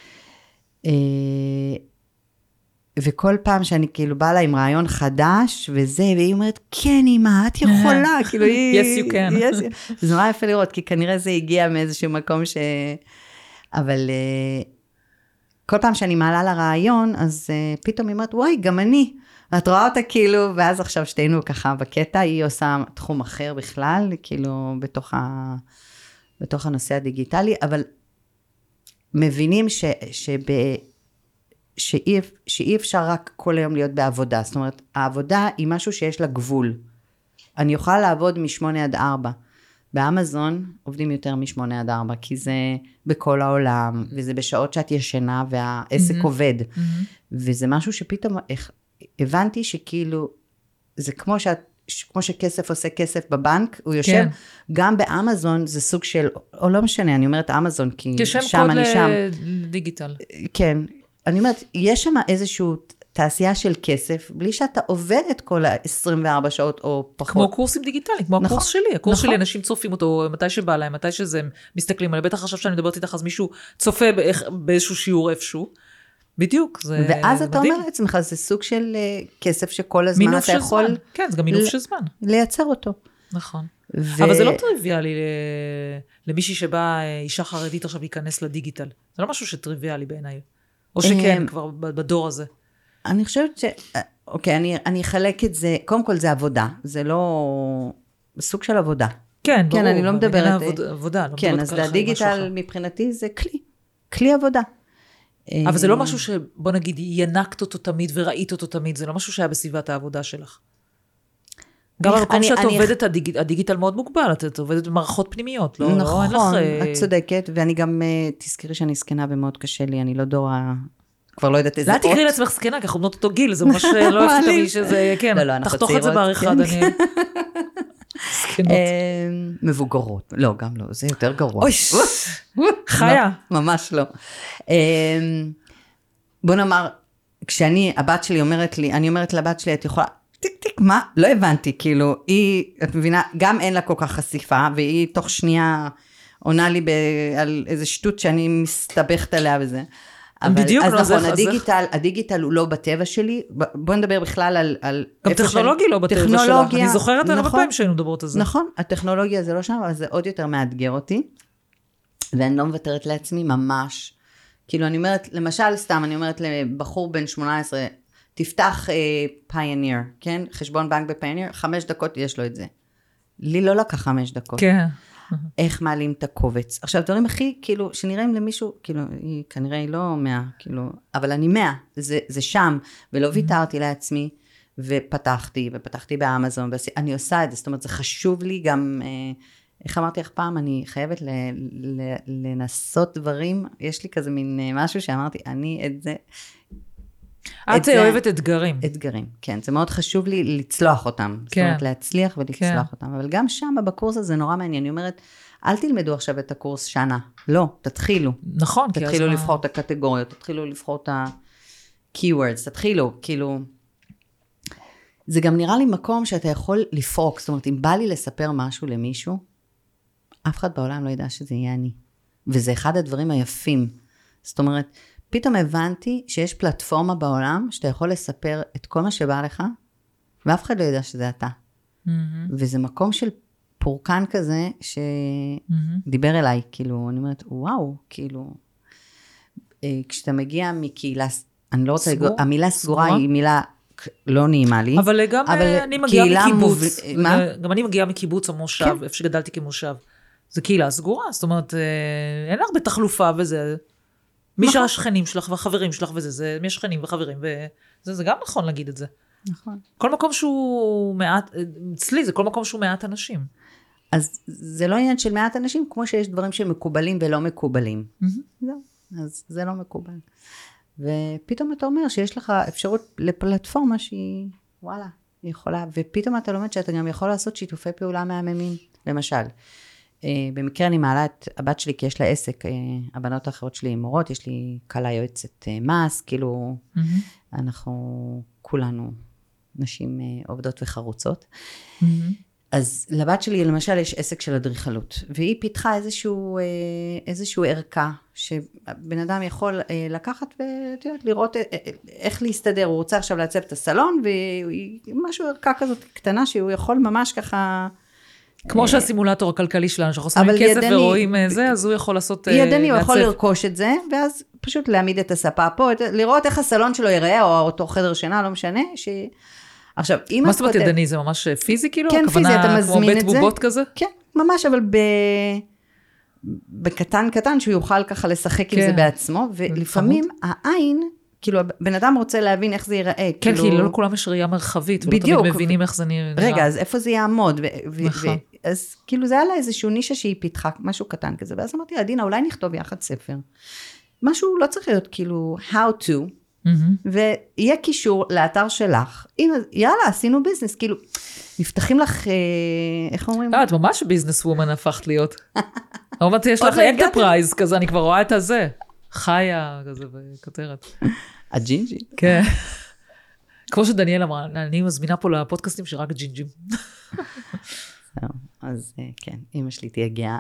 וכל פעם שאני כאילו באה לה עם רעיון חדש וזה, והיא אומרת, כן אמא, את יכולה, כאילו היא... Yes you can. Yes, זה נורא יפה לראות, כי כנראה זה הגיע מאיזשהו מקום ש... אבל כל פעם שאני מעלה לה רעיון, אז פתאום היא אומרת, וואי, גם אני. את רואה אותה כאילו, ואז עכשיו שתינו ככה בקטע, היא עושה תחום אחר בכלל, כאילו בתוך, ה, בתוך הנושא הדיגיטלי, אבל מבינים ש, שב, שאי, שאי אפשר רק כל היום להיות בעבודה, זאת אומרת, העבודה היא משהו שיש לה גבול. אני יכולה לעבוד משמונה עד ארבע, באמזון עובדים יותר משמונה עד ארבע, כי זה בכל העולם, וזה בשעות שאת ישנה, והעסק mm-hmm. עובד, mm-hmm. וזה משהו שפתאום... הבנתי שכאילו, זה כמו, שאת, כמו שכסף עושה כסף בבנק, הוא יושב, כן. גם באמזון זה סוג של, או לא משנה, אני אומרת אמזון, כי שם אני שם. כשם קוד לדיגיטל. כן, אני אומרת, יש שם איזושהי תעשייה של כסף, בלי שאתה עובד את כל ה-עשרים וארבע שעות או פחות. כמו קורסים דיגיטליים, כמו נכון, הקורס שלי. הקורס נכון. שלי, אנשים צופים אותו, מתי שבא להם, מתי שזה מסתכלים עליהם, בטח עכשיו שאני מדברת איתך, אז מישהו צופה באיזשהו שיעור איפשהו. בדיוק, זה מדהים. ואז אתה אומר לעצמך, זה סוג של כסף שכל הזמן אתה יכול... זמן. כן, זה גם מינוף של זמן. לייצר אותו. נכון. ו... אבל זה לא טריוויאלי למישהי שבאה אישה חרדית עכשיו להיכנס לדיגיטל. זה לא משהו שטריוויאלי בעיניי. או שכן, כבר בדור הזה. אני חושבת ש... אוקיי, אני, אני אחלק את זה, קודם כל זה עבודה. זה לא... סוג של עבודה. כן, ברור. כן, אני לא מדברת... עבודה, עבודה, לא כן, אז הדיגיטל מבחינתי זה כלי. כלי עבודה. אבל זה לא משהו שבוא נגיד, ינקת אותו תמיד וראית אותו תמיד, זה לא משהו שהיה בסביבת העבודה שלך. גם במקום שאת עובדת, הדיגיטל מאוד מוגבל, את עובדת במערכות פנימיות, לא? נכון, את צודקת, ואני גם, תזכרי שאני סקנה ומאוד קשה לי, אני לא דור ה... כבר לא יודעת איזה אות. לא תקראי לעצמך סקנה, כי אנחנו בנות אותו גיל, זה ממש לא אוהבת תמיד שזה, כן, תחתוך את זה בעריכה, דניאל. סקנות. מבוגרות, לא, גם לא, זה יותר גרוע. אוי, חיה. ממש לא. בוא נאמר, כשאני, הבת שלי אומרת לי, אני אומרת לבת שלי, את יכולה, טיק טיק, מה? לא הבנתי, כאילו, היא, את מבינה, גם אין לה כל כך חשיפה, והיא תוך שנייה עונה לי על איזה שטות שאני מסתבכת עליה וזה. בדיוק, אז נכון, הדיגיטל, הדיגיטל הוא לא בטבע שלי, בוא נדבר בכלל על... על גם טכנולוגי לא בטבע שלך, אני זוכרת הרבה פעמים שהיינו מדברות על זה. נכון, הטכנולוגיה זה לא שם, אבל זה עוד יותר מאתגר אותי, ואני לא מוותרת לעצמי ממש, כאילו אני אומרת, למשל סתם, אני אומרת לבחור בן שמונה עשרה, תפתח פייניר, כן? חשבון בנק בפייניר, חמש דקות יש לו את זה. לי לא לקח חמש דקות. כן. איך מעלים את הקובץ. עכשיו, דברים הכי, כאילו, שנראים למישהו, כאילו, היא כנראה היא לא מאה, כאילו, אבל אני מאה, זה, זה שם, ולא ויתרתי לעצמי, ופתחתי, ופתחתי באמזון, אני עושה את זה, זאת אומרת, זה חשוב לי גם, איך אמרתי לך פעם, אני חייבת ל, ל, לנסות דברים, יש לי כזה מין משהו שאמרתי, אני את זה, את אוהבת אתגרים. אתגרים, כן. זה מאוד חשוב לי לצלוח אותם. זאת אומרת, להצליח ולצלוח אותם. אבל גם שם, בקורס הזה, נורא מעניין. אני אומרת, אל תלמדו עכשיו את הקורס שנה. לא, תתחילו. נכון. תתחילו לבחור את הקטגוריות, תתחילו לבחור את ה-keywords, תתחילו, כאילו... זה גם נראה לי מקום שאתה יכול לפרוק. זאת אומרת, אם בא לי לספר משהו למישהו, אף אחד בעולם לא ידע שזה יהיה אני. וזה אחד הדברים היפים. זאת אומרת, פתאום הבנתי שיש פלטפורמה בעולם, שאתה יכול לספר את כל מה שבא לך, ואף אחד לא יודע שזה אתה. Mm-hmm. וזה מקום של פורקן כזה, שדיבר mm-hmm. אליי, כאילו, אני אומרת, וואו, כאילו, כשאתה מגיע מקהילה, אני לא רוצה, סגור? לגור, המילה סגורה, סגורה היא מילה לא נעימה לי. אבל גם אבל אני מגיעה מקיבוץ, מוב... מה? גם אני מגיעה מקיבוץ המושב, כן. איפה שגדלתי כמושב. זה קהילה סגורה, זאת אומרת, אין הרבה תחלופה וזה... מי שהשכנים שלך והחברים שלך וזה, זה מי השכנים וחברים, וזה זה גם נכון להגיד את זה. נכון. כל מקום שהוא מעט, אצלי זה כל מקום שהוא מעט אנשים. אז זה לא עניין של מעט אנשים, כמו שיש דברים שמקובלים ולא מקובלים. זהו, אז זה לא מקובל. ופתאום אתה אומר שיש לך אפשרות לפלטפורמה שהיא, וואלה, היא יכולה, ופתאום אתה לומד שאתה גם יכול לעשות שיתופי פעולה מהממים, למשל. במקרה אני מעלה את הבת שלי, כי יש לה עסק, הבנות האחרות שלי מורות, יש לי קלה יועצת מס, כאילו, mm-hmm. אנחנו כולנו נשים עובדות וחרוצות. Mm-hmm. אז לבת שלי, למשל, יש עסק של אדריכלות, והיא פיתחה איזשהו, איזשהו ערכה, שבן אדם יכול לקחת ולראות איך להסתדר, הוא רוצה עכשיו לעצב את הסלון, ומשהו ערכה כזאת קטנה, שהוא יכול ממש ככה... כמו שהסימולטור הכלכלי שלנו, שאנחנו שמים כסף ורואים זה, אז הוא יכול לעשות... ידני, הוא יכול לרכוש את זה, ואז פשוט להעמיד את הספה פה, לראות איך הסלון שלו ייראה, או אותו חדר שינה, לא משנה, ש... עכשיו, אם... מה זאת אומרת ידני? זה ממש פיזי כאילו? כן, פיזי, אתה מזמין את זה. כמו בית בובות כזה? כן, ממש, אבל בקטן קטן, שהוא יוכל ככה לשחק עם זה בעצמו, ולפעמים העין... כאילו, בן אדם רוצה להבין איך זה ייראה. כן, כאילו... כי לא לכולם יש ראייה מרחבית, ולא תמיד מבינים איך זה נראה. רגע, אז איפה זה יעמוד? ו- נכון. ו- אז כאילו, זה היה לה איזשהו נישה שהיא פיתחה, משהו קטן כזה, ואז אמרתי, עדינה, אולי נכתוב יחד ספר. משהו לא צריך להיות, כאילו, how to, mm-hmm. ויהיה קישור לאתר שלך. הנה, יאללה, עשינו ביזנס, כאילו, נפתחים לך, איך אומרים? אה, את ממש ביזנס וומן הפכת להיות. אמרתי, יש לך אנטרפרייז כזה, אני כבר רואה את הזה. חיה, כזה, בכותרת. הג'ינג'י. כן. כמו שדניאל אמרה, אני מזמינה פה לפודקאסטים שרק ג'ינג'ים. זהו, אז כן, אמא שלי תהיה גאה.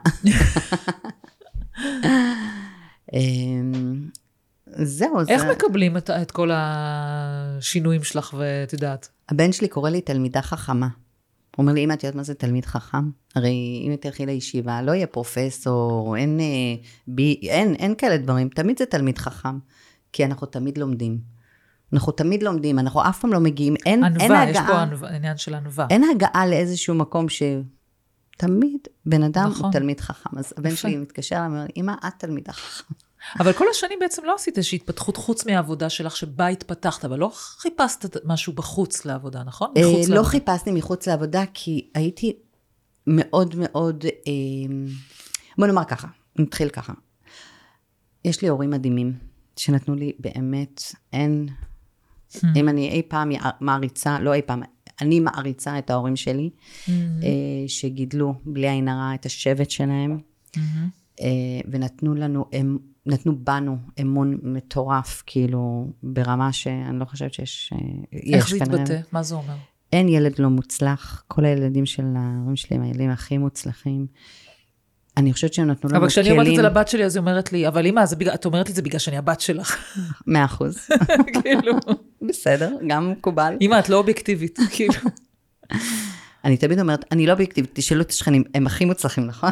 זהו, זה... איך מקבלים את כל השינויים שלך ואת יודעת? הבן שלי קורא לי תלמידה חכמה. הוא אומר לי, אמא, את יודעת מה זה תלמיד חכם? הרי אם תלכי לישיבה, לא יהיה פרופסור, אין, בי, אין, אין כאלה דברים, תמיד זה תלמיד חכם, כי אנחנו תמיד לומדים. אנחנו תמיד לומדים, אנחנו אף פעם לא מגיעים, אין, ענווה, אין הגעה. יש פה ענווה, עניין של ענווה. אין הגעה לאיזשהו מקום שתמיד בן אדם נכון. הוא תלמיד חכם. אז הבן שלי מתקשר, אומר, אמא, את תלמידה חכם. אבל כל השנים בעצם לא עשית איזושהי התפתחות חוץ מהעבודה שלך, שבה התפתחת, אבל לא חיפשת משהו בחוץ לעבודה, נכון? מחוץ לא לעבודה. חיפשתי מחוץ לעבודה, כי הייתי מאוד מאוד, בוא נאמר ככה, נתחיל ככה. יש לי הורים מדהימים, שנתנו לי באמת, אין, אם אני אי פעם מעריצה, לא אי פעם, אני מעריצה את ההורים שלי, שגידלו בלי עין הרע את השבט שלהם, ונתנו לנו, נתנו בנו אמון מטורף, כאילו, ברמה שאני לא חושבת שיש, איך זה התבטא? מה זה אומר? אין ילד לא מוצלח, כל הילדים של ההורים שלי הם הילדים הכי מוצלחים, אני חושבת שהם נתנו לנו כלים. אבל כשאני אומרת את זה לבת שלי, אז היא אומרת לי, אבל אמא, את אומרת לי את זה בגלל שאני הבת שלך. מאה אחוז. כאילו. בסדר, גם מקובל. אמא, את לא אובייקטיבית, כאילו. אני תמיד אומרת, אני לא אובייקטיבית, תשאלו את השכנים, הם הכי מוצלחים, נכון?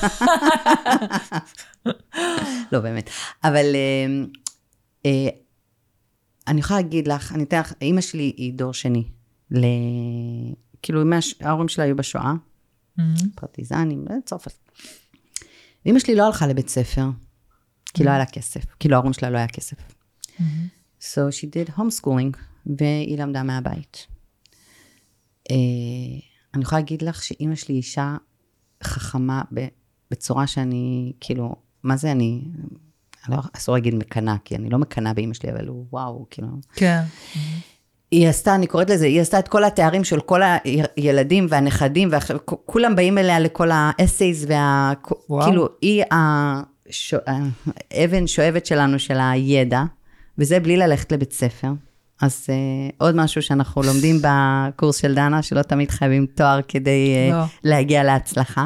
לא, באמת. אבל אני יכולה להגיד לך, אני אתן לך, אמא שלי היא דור שני, כאילו, ההורים שלה היו בשואה, פרטיזנים, צרפת. ואמא שלי לא הלכה לבית ספר, כי לא היה לה כסף, כי לא ההורים שלה לא היה כסף. So she did homeschooling, והיא למדה מהבית. אני יכולה להגיד לך שאמא שלי אישה חכמה בצורה שאני, כאילו, מה זה אני, אסור להגיד מקנה, כי אני לא מקנה באמא שלי, אבל הוא וואו, כאילו. כן. היא עשתה, אני קוראת לזה, היא עשתה את כל התארים של כל הילדים והנכדים, וכולם באים אליה לכל האסייז, וכאילו, היא האבן שואבת שלנו של הידע, וזה בלי ללכת לבית ספר. אז עוד משהו שאנחנו לומדים בקורס של דנה, שלא תמיד חייבים תואר כדי להגיע להצלחה.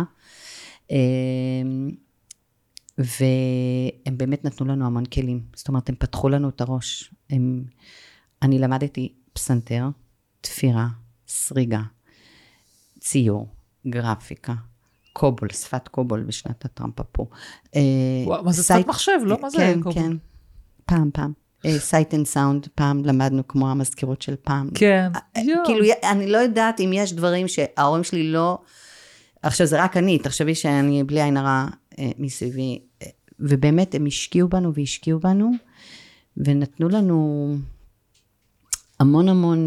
והם באמת נתנו לנו המון כלים. זאת אומרת, הם פתחו לנו את הראש. אני למדתי פסנתר, תפירה, סריגה, ציור, גרפיקה, קובול, שפת קובול בשנת הטרמפפו. וואו, מה זה שפת מחשב, לא? מה זה קובול? כן, כן, פעם, פעם. סייט אנד סאונד, פעם למדנו כמו המזכירות של פעם. כן. כאילו, אני לא יודעת אם יש דברים שההורים שלי לא, עכשיו זה רק אני, תחשבי שאני בלי עין הרע מסביבי, ובאמת הם השקיעו בנו והשקיעו בנו, ונתנו לנו המון המון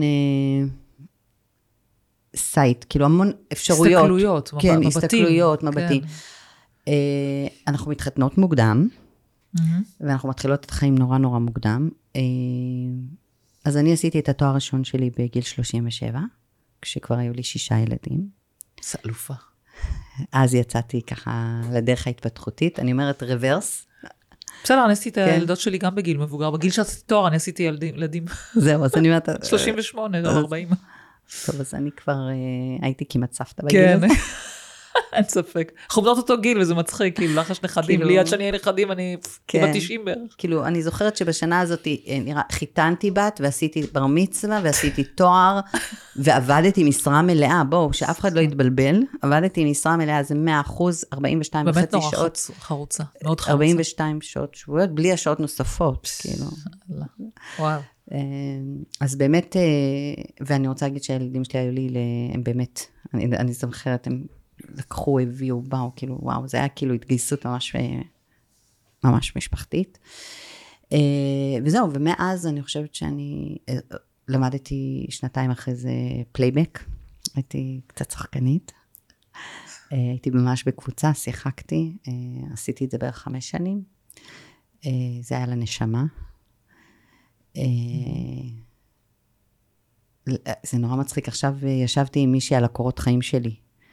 סייט, כאילו המון אפשרויות. הסתכלויות, כן, מבטים. הסתכלויות, מבטים. כן. אנחנו מתחתנות מוקדם, ואנחנו מתחילות את החיים נורא נורא מוקדם. אז אני עשיתי את התואר הראשון שלי בגיל שלושים ושבע, כשכבר היו לי שישה ילדים. סלופה. אז יצאתי ככה לדרך ההתפתחותית, אני אומרת רוורס. בסדר, אני עשיתי את הילדות שלי גם בגיל מבוגר, בגיל שעשיתי תואר אני עשיתי ילדים. זהו, אז אני אומרת... שלושים ושמונה, גם ארבעים. טוב, אז אני כבר הייתי כמעט סבתא בגיל הזה. אין ספק. אנחנו בנות אותו גיל, וזה מצחיק, כאילו, לך יש נכדים, לי עד שאני אהיה נכדים, אני ב-תשעים בערך. כאילו, אני זוכרת שבשנה הזאת, חיתנתי בת, ועשיתי בר מצווה, ועשיתי תואר, ועבדתי משרה מלאה, בואו, שאף אחד לא יתבלבל, עבדתי משרה מלאה, זה מאה אחוז, ארבעים ושתיים וחצי שעות. באמת נורא חרוצה, מאוד חרוצה. ארבעים ושתיים שעות שבועיות, בלי השעות נוספות, כאילו. וואו. אז באמת, ואני רוצה להגיד שהילדים שלי היו לי, הם באמת, אני זוכרת, הם לקחו, הביאו, באו, כאילו, וואו, זה היה כאילו התגייסות ממש, ממש משפחתית. וזהו, ומאז אני חושבת שאני למדתי שנתיים אחרי זה פלייבק, הייתי קצת שחקנית, הייתי ממש בקבוצה, שיחקתי, עשיתי את זה בערך חמש שנים, זה היה לנשמה. זה נורא מצחיק, עכשיו ישבתי עם מישהי על הקורות חיים שלי,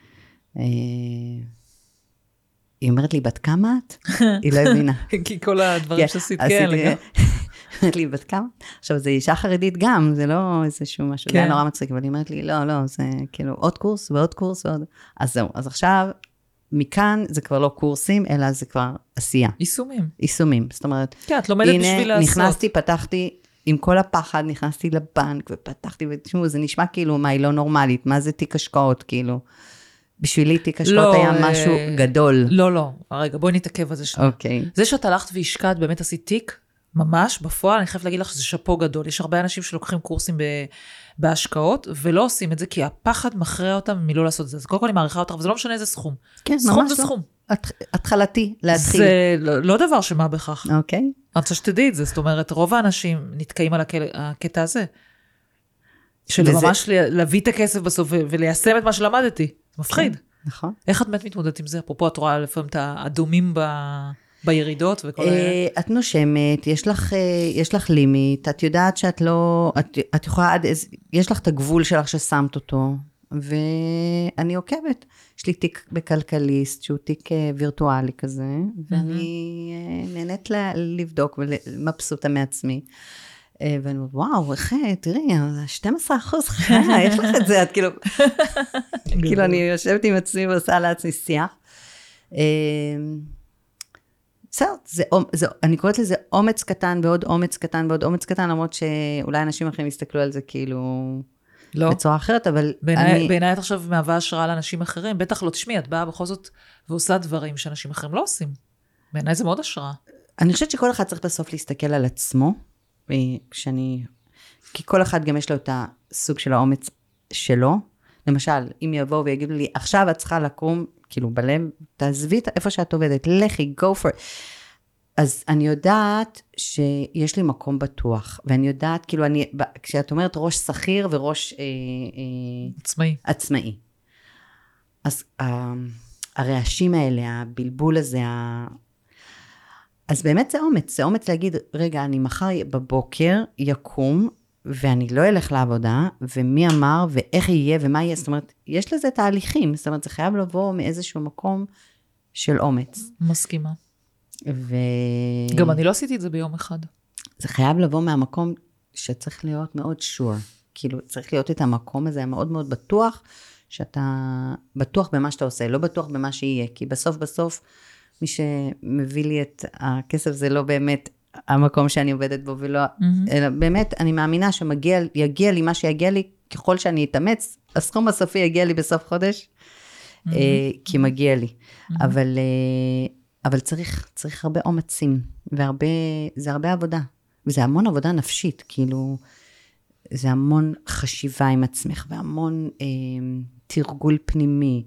היא אומרת לי, בת כמה את? היא לא הבינה. כי כל הדברים שעשית, כן. היא אומרת לי, בת כמה? עכשיו, זה אישה חרדית גם, זה לא איזשהו משהו, זה היה נורא מצחיק, אבל היא אומרת לי, לא, לא, זה כאילו עוד קורס ועוד קורס ועוד. אז זהו, אז עכשיו, מכאן זה כבר לא קורסים, אלא זה כבר עשייה. יישומים. יישומים, זאת אומרת, כן, את לומדת בשביל לעשות. הנה, נכנסתי, פתחתי, עם כל הפחד, נכנסתי לבנק ופתחתי, ותשמעו, זה נשמע כאילו, מה היא לא נורמלית, מה זה תיק השקעות, כאילו. בשבילי תיק השקעות היה משהו גדול. לא, לא. רגע, בואי נתעכב על זה שנייה. אוקיי. זה שאת הלכת והשקעת, באמת עשית תיק, ממש, בפועל, אני חייבת להגיד לך שזה שפו גדול. יש הרבה אנשים שלוקחים קורסים בהשקעות, ולא עושים את זה, כי הפחד מכריע אותם מלא לעשות את זה. אז קודם כל אני מעריכה אותך, וזה לא משנה איזה סכום. כן, סכום זה סכום. התחלתי להתחיל. זה לא דבר שמה בכך. אוקיי. אני רוצה שתדעי את זה, זאת אומרת, רוב האנשים נתקעים על הקטע הזה. של ממש להביא את הכסף בסוף וליישם את מה שלמדתי. מפחיד. נכון. איך את באמת מתמודדת עם זה? אפרופו, את רואה לפעמים את האדומים בירידות וכל האלה? את נושמת, יש לך, יש לך לימיט, את יודעת שאת לא, את, את יכולה עד, יש לך את הגבול שלך ששמת אותו, ואני עוקבת. יש לי תיק בכלכליסט, שהוא תיק וירטואלי כזה, ואני נהנית לבדוק ומבסוטה מעצמי. ואני אומרת, וואו, איך, תראי, שנים עשר אחוז חיה, יש לך את זה, את כאילו, כאילו אני יושבת עם עצמי ועושה לעצמי שיח. בסדר, אני קוראת לזה אומץ קטן ועוד אומץ קטן ועוד אומץ קטן, למרות שאולי אנשים אחרים יסתכלו על זה כאילו בצורה אחרת, אבל אני... בעיניי את עכשיו מהווה השראה לאנשים אחרים, בטח לא תשמעי, את באה בכל זאת ועושה דברים שאנשים אחרים לא עושים. בעיניי זה מאוד השראה. אני חושבת שכל אחד צריך בסוף להסתכל על עצמו, כשאני, כי כל אחד גם יש לו את הסוג של האומץ שלו. למשל, אם יבואו ויגידו לי, עכשיו את צריכה לקום, כאילו בלב, תעזבי איפה שאת עובדת, לכי, go for it. אז אני יודעת שיש לי מקום בטוח, ואני יודעת, כאילו, אני, כשאת אומרת ראש שכיר וראש אה, אה, עצמאי. עצמאי. אז אה, הרעשים האלה, הבלבול הזה, ה... אז באמת זה אומץ, זה אומץ להגיד, רגע, אני מחר בבוקר יקום, ואני לא אלך לעבודה, ומי אמר, ואיך יהיה, ומה יהיה, זאת אומרת, יש לזה תהליכים, זאת אומרת, זה חייב לבוא מאיזשהו מקום של אומץ. מסכימה. ו... גם אני לא עשיתי את זה ביום אחד. זה חייב לבוא מהמקום שצריך להיות מאוד sure, כאילו, צריך להיות את המקום הזה, המאוד מאוד בטוח, שאתה בטוח במה שאתה עושה, לא בטוח במה שיהיה, כי בסוף בסוף, מי שמביא לי את הכסף זה לא באמת המקום שאני עובדת בו, ולא, mm-hmm. אלא באמת אני מאמינה שמגיע, יגיע לי מה שיגיע לי, ככל שאני אתאמץ, הסכום הסופי יגיע לי בסוף חודש, mm-hmm. אה, כי מגיע לי. Mm-hmm. אבל, אה, אבל צריך, צריך הרבה אומצים, והרבה, זה הרבה עבודה, וזה המון עבודה נפשית, כאילו, זה המון חשיבה עם עצמך, והמון אה, תרגול פנימי,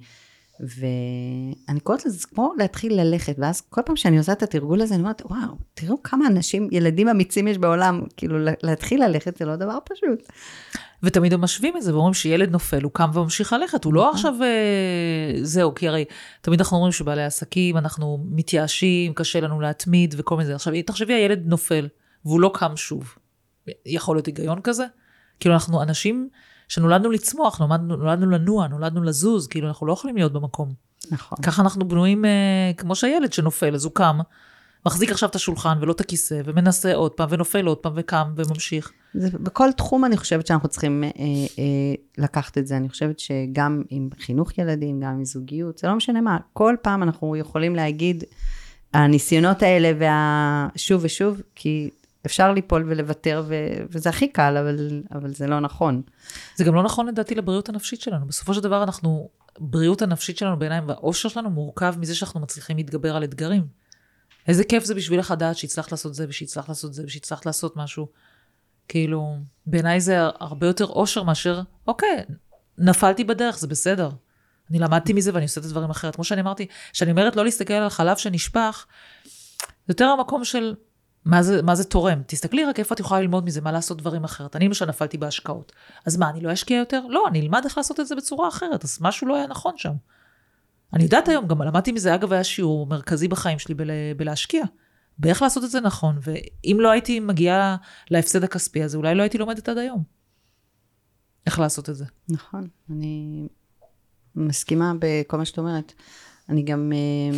ואני קוראת לזה, זה כמו להתחיל ללכת, ואז כל פעם שאני עושה את התרגול הזה, אני אומרת, וואו, תראו כמה אנשים, ילדים אמיצים יש בעולם, כאילו להתחיל ללכת זה לא דבר פשוט. ותמיד הם משווים את זה, ואומרים שילד נופל, הוא קם וממשיך ללכת, הוא לא עכשיו, זהו, כי הרי תמיד אנחנו אומרים שבעלי עסקים, אנחנו מתייאשים, קשה לנו להתמיד וכל מיני, עכשיו תחשבי, הילד נופל, והוא לא קם שוב. יכול להיות היגיון כזה? כאילו אנחנו אנשים שנולדנו לצמוח, נולדנו, נולדנו לנוע, נולדנו לזוז, כאילו אנחנו לא יכולים להיות במקום. נכון. ככה אנחנו בנויים, אה, כמו שהילד שנופל, אז הוא קם, מחזיק עכשיו את השולחן ולא את הכיסא, ומנסה עוד פעם, ונופל עוד פעם, וקם וממשיך. זה, בכל תחום אני חושבת שאנחנו צריכים אה, אה, לקחת את זה, אני חושבת שגם עם חינוך ילדים, גם עם זוגיות, זה לא משנה מה, כל פעם אנחנו יכולים להגיד, הניסיונות האלה, והשוב ושוב, כי אפשר ליפול ולוותר, ו- וזה הכי קל, אבל, אבל זה לא נכון. זה גם לא נכון לדעתי לבריאות הנפשית שלנו. בסופו של דבר אנחנו, בריאות הנפשית שלנו בעיניים, והאושר שלנו מורכב מזה שאנחנו מצליחים להתגבר על אתגרים. איזה כיף זה בשבילך לדעת שהצלחת לעשות זה, ושהצלחת לעשות זה, ושהצלחת לעשות משהו. כאילו, בעיניי זה הרבה יותר אושר מאשר, אוקיי, נפלתי בדרך, זה בסדר. אני למדתי מזה ואני עושה את הדברים אחרת. כמו שאני אמרתי, שאני אומרת לא להסתכל על החלב שנשפך, זה יותר המקום של מה זה, מה זה תורם? תסתכלי רק איפה את יכולה ללמוד מזה, מה לעשות דברים אחרת. אני למשל נפלתי בהשקעות. אז מה, אני לא אשקיע יותר? לא, אני אלמד איך לעשות את זה בצורה אחרת. אז משהו לא היה נכון שם. אני יודעת היום, גם למדתי מזה, אגב, היה שיעור מרכזי בחיים שלי בל, בלהשקיע. באיך לעשות את זה נכון. ואם לא הייתי מגיעה להפסד הכספי הזה, אולי לא הייתי לומדת עד היום. איך לעשות את זה? נכון. אני מסכימה בכל מה שאת אומרת. אני גם...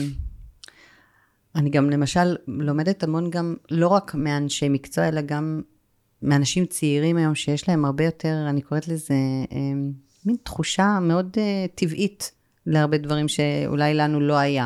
אני גם למשל לומדת המון גם, לא רק מאנשי מקצוע, אלא גם מאנשים צעירים היום, שיש להם הרבה יותר, אני קוראת לזה, מין תחושה מאוד טבעית, להרבה דברים שאולי לנו לא היה.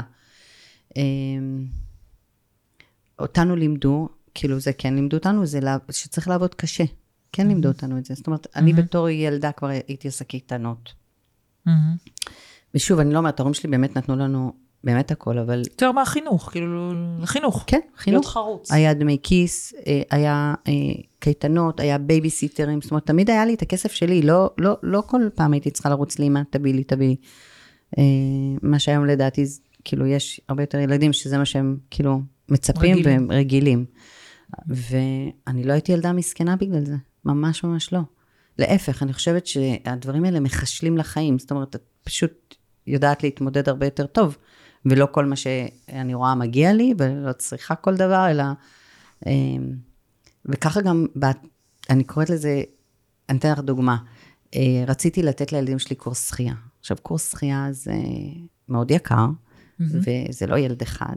אותנו לימדו, כאילו זה כן לימדו אותנו, זה שצריך לעבוד קשה. כן לימדו אותנו את זה. זאת אומרת, אני בתור ילדה כבר הייתי עושה קייטנות. ושוב, אני לא אומרת, ההורים שלי באמת נתנו לנו באמת הכל, אבל... יותר מהחינוך, כאילו, לחינוך. כן, חינוך. להיות חרוץ. היה דמי כיס, היה קייטנות, היה בייביסיטרים, זאת אומרת, תמיד היה לי את הכסף שלי, לא, לא, לא כל פעם הייתי צריכה לרוץ לאמא, תביא לי, תביא לי. מה שהיום לדעתי, כאילו יש הרבה יותר ילדים שזה מה שהם כאילו מצפים רגילים. והם רגילים. ואני לא הייתי ילדה מסכנה בגלל זה, ממש ממש לא. להפך, אני חושבת שהדברים האלה מחשלים לחיים, זאת אומרת, את פשוט יודעת להתמודד הרבה יותר טוב, ולא כל מה שאני רואה מגיע לי, ולא צריכה כל דבר, אלא... וככה גם, אני קוראת לזה, אני אתן לך דוגמה, רציתי לתת לילדים שלי קורס שחייה. עכשיו, קורס שחייה זה מאוד יקר, וזה לא ילד אחד.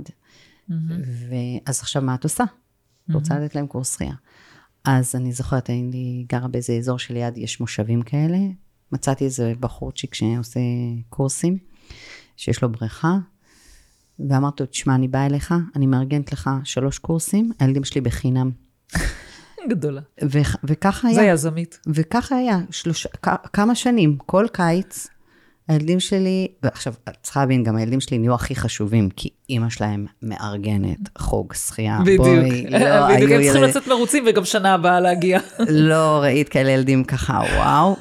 ואז עכשיו מה את עושה? את רוצה לתת להם קורס שחייה. אז אני זוכרת, אני גרה באיזה אזור שליד, יש מושבים כאלה, מצאתי איזה בחורצ'יק שעושה קורסים, שיש לו בריכה, ואמרתי לו, תשמע, אני באה אליך, אני מארגנת לך שלוש קורסים, הילדים שלי בחינם. גדולה. ו- וככה היה. זה יזמית. וככה היה, שלוש, כ- כמה שנים, כל קיץ, הילדים שלי, ועכשיו, צריכה להבין, גם הילדים שלי נהיו הכי חשובים, כי אימא שלהם מארגנת חוג שחייה. בדיוק. בואי, לא, בדיוק, הם צריכים ילד... לצאת מרוצים, וגם שנה הבאה להגיע. לא ראית כאלה ילדים ככה, וואו,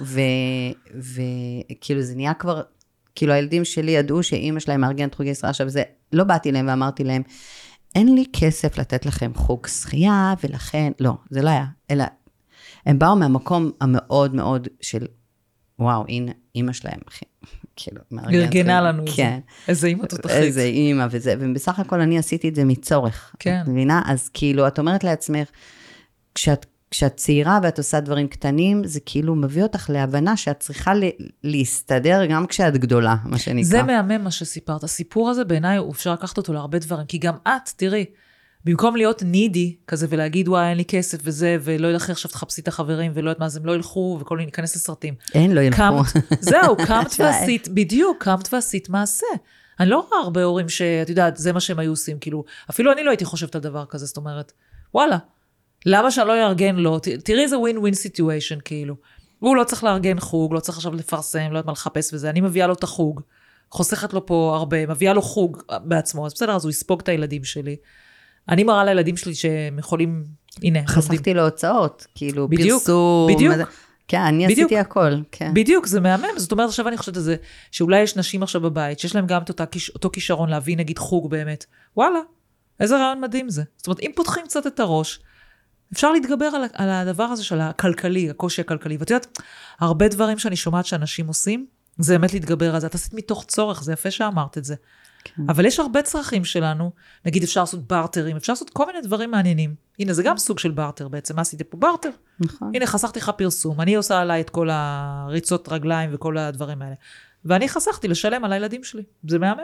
וכאילו זה נהיה כבר, כאילו הילדים שלי ידעו שאימא שלהם מארגנת חוגי שחייה, עכשיו זה, לא באתי להם ואמרתי להם, אין לי כסף לתת לכם חוג שחייה, ולכן, לא, זה לא היה, אלא, הם באו מהמקום המאוד מאוד של, וואו, הנה, אימא שלהם, כאילו, ארגנה לנו את זה. כן. איזה אימא תותחית. איזה אימא וזה, ובסך הכל אני עשיתי את זה מצורך. כן. את מבינה? אז כאילו, את אומרת לעצמך, כשאת, כשאת צעירה ואת עושה דברים קטנים, זה כאילו מביא אותך להבנה שאת צריכה להסתדר גם כשאת גדולה, מה שנקרא. זה מהמם מה שסיפרת. הסיפור הזה בעיניי, אפשר לקחת אותו להרבה דברים, כי גם את, תראי, במקום להיות נידי כזה ולהגיד, וואי, אין לי כסף וזה, ולא ילכי עכשיו תחפשי את החברים, ולא יודעת מה, אז הם לא ילכו, וכל מיני ניכנס לסרטים. אין, לא ילכו. זהו, קמת ועשית, בדיוק, קמת ועשית מעשה. אני לא רואה הרבה הורים שאת יודעת, זה מה שהם היו עושים, כאילו, אפילו אני לא הייתי חושבת על דבר כזה, זאת אומרת, וואלה, למה שאני לא אארגן לו? תראי איזה ווין ווין סיטואשן, כאילו. הוא לא צריך לארגן חוג, לא צריך עכשיו לפרסם, לא יודעת מה לחפש וזה, אני מביאה לו את החוג, חוסכת לו פה הרבה, מביאה לו חוג בעצמו, אז בסדר, אז הוא יספוג את הילדים שלי. אני מראה לילדים שלי שהם יכולים, הנה, חסכתי לו הוצאות, כאילו, בדיוק, פרסום. בדיוק. כן, אני בדיוק, עשיתי הכל, כן. בדיוק, זה מהמם. זאת אומרת, עכשיו אני חושבת על זה, שאולי יש נשים עכשיו בבית, שיש להם גם את אותה, אותו כישרון להביא, נגיד, חוג באמת. וואלה, איזה רעיון מדהים זה. זאת אומרת, אם פותחים קצת את הראש, אפשר להתגבר על, על הדבר הזה של הכלכלי, הקושי הכלכלי. ואת יודעת, הרבה דברים שאני שומעת שאנשים עושים, זה באמת להתגבר על זה. את עשית מתוך צורך, זה יפה שאמרת את זה. כן. אבל יש הרבה צרכים שלנו, נגיד אפשר לעשות בארטרים, אפשר לעשות כל מיני דברים מעניינים. הנה, זה גם סוג של בארטר בעצם. מה עשיתי פה? בארטר. נכון. הנה, חסכתי לך פרסום. אני עושה עליי את כל הריצות רגליים וכל הדברים האלה. ואני חסכתי לשלם על הילדים שלי. זה מהמם.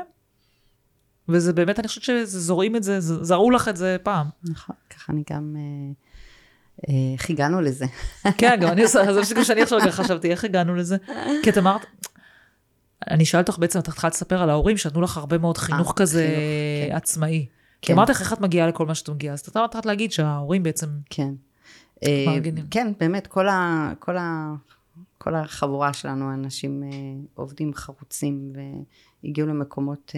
וזה באמת, אני חושבת שזורעים את זה, זרעו לך את זה פעם. נכון, ככה אני גם... איך הגענו לזה? כן, גם אני עושה, זה שגם שאני עכשיו חשבתי, איך הגענו לזה? כי את אמרת, אני שאלת לך בעצם, את התחלת לספר על ההורים, שנתנו לך הרבה מאוד חינוך כזה עצמאי. כי אמרת לך, איך את מגיעה לכל מה שאת מגיעה, אז אתה התחלת להגיד שההורים בעצם מארגנים. כן, באמת, כל החבורה שלנו, אנשים עובדים חרוצים, והגיעו למקומות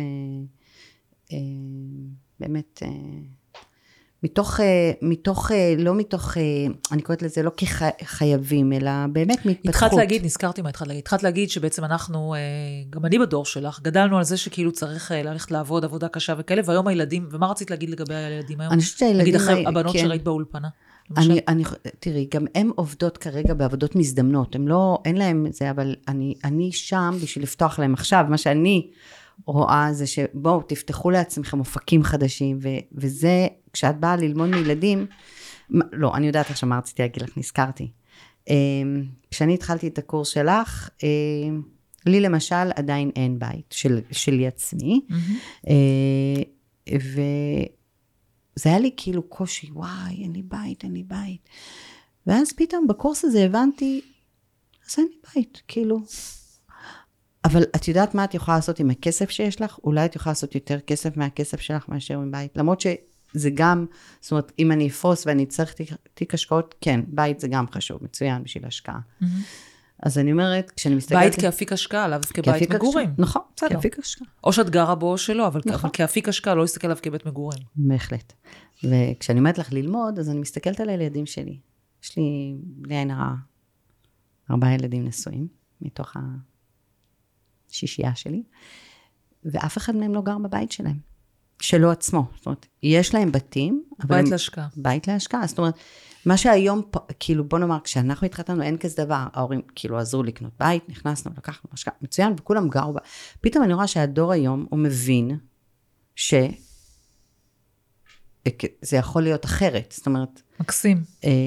באמת... מתוך, מתוך, לא מתוך, אני קוראת לזה לא כחייבים, אלא באמת מהתפתחות. התחלת להגיד, נזכרתי מה התחלת להגיד, התחלת להגיד שבעצם אנחנו, גם אני בדור שלך, גדלנו על זה שכאילו צריך ללכת לעבוד, עבודה קשה וכאלה, והיום הילדים, ומה רצית להגיד לגבי הילדים היום? אני חושבת שהילדים... נגיד אחרי הבנות שראית באולפנה. אני, אני, תראי, גם הם עובדות כרגע בעבודות מזדמנות, הם לא, אין להם זה, אבל אני, אני שם בשביל לפתוח להם עכשיו, מה שאני רואה זה שבואו, תפתחו לעצמכם אופקים חדשים, ו, וזה, כשאת באה ללמוד מילדים, לא, אני יודעת עכשיו מה רציתי להגיד לך, נזכרתי. כשאני התחלתי את הקורס שלך, לי למשל עדיין אין בית של, שלי עצמי, וזה היה לי כאילו קושי, וואי, אין לי בית, אין לי בית. ואז פתאום בקורס הזה הבנתי, אז אין לי בית, כאילו. אבל את יודעת מה את יכולה לעשות עם הכסף שיש לך? אולי את יכולה לעשות יותר כסף מהכסף שלך מאשר עם בית. למרות שזה גם, זאת אומרת, אם אני אפרוס ואני צריך תיק השקעות, כן, בית זה גם חשוב, מצוין בשביל השקעה. אז אני אומרת, כשאני מסתכלת... בית כאפיק השקעה, עליו כבית מגורים. נכון, כאפיק השקעה. או שאת גרה בו או שלא, אבל כאפיק השקעה לא להסתכל עליו כבית מגורים. בהחלט. וכשאני אומרת לך ללמוד, אז אני מסתכלת על הילדים שלי. יש לי, בלי עין הרע, ארבעה ילדים נשואים, מתוך השישייה שלי. ואף אחד מהם לא גר בבית שלהם, שלו עצמו. זאת אומרת, יש להם בתים. בית להשקעה. בית להשקעה, זאת אומרת, מה שהיום, כאילו בוא נאמר, כשאנחנו התחתנו, אין כזה דבר, ההורים כאילו עזרו לקנות בית, נכנסנו, לקחנו השקעה, מצוין, וכולם גרו בה. פתאום אני רואה שהדור היום, הוא מבין, שזה יכול להיות אחרת, זאת אומרת, מקסים.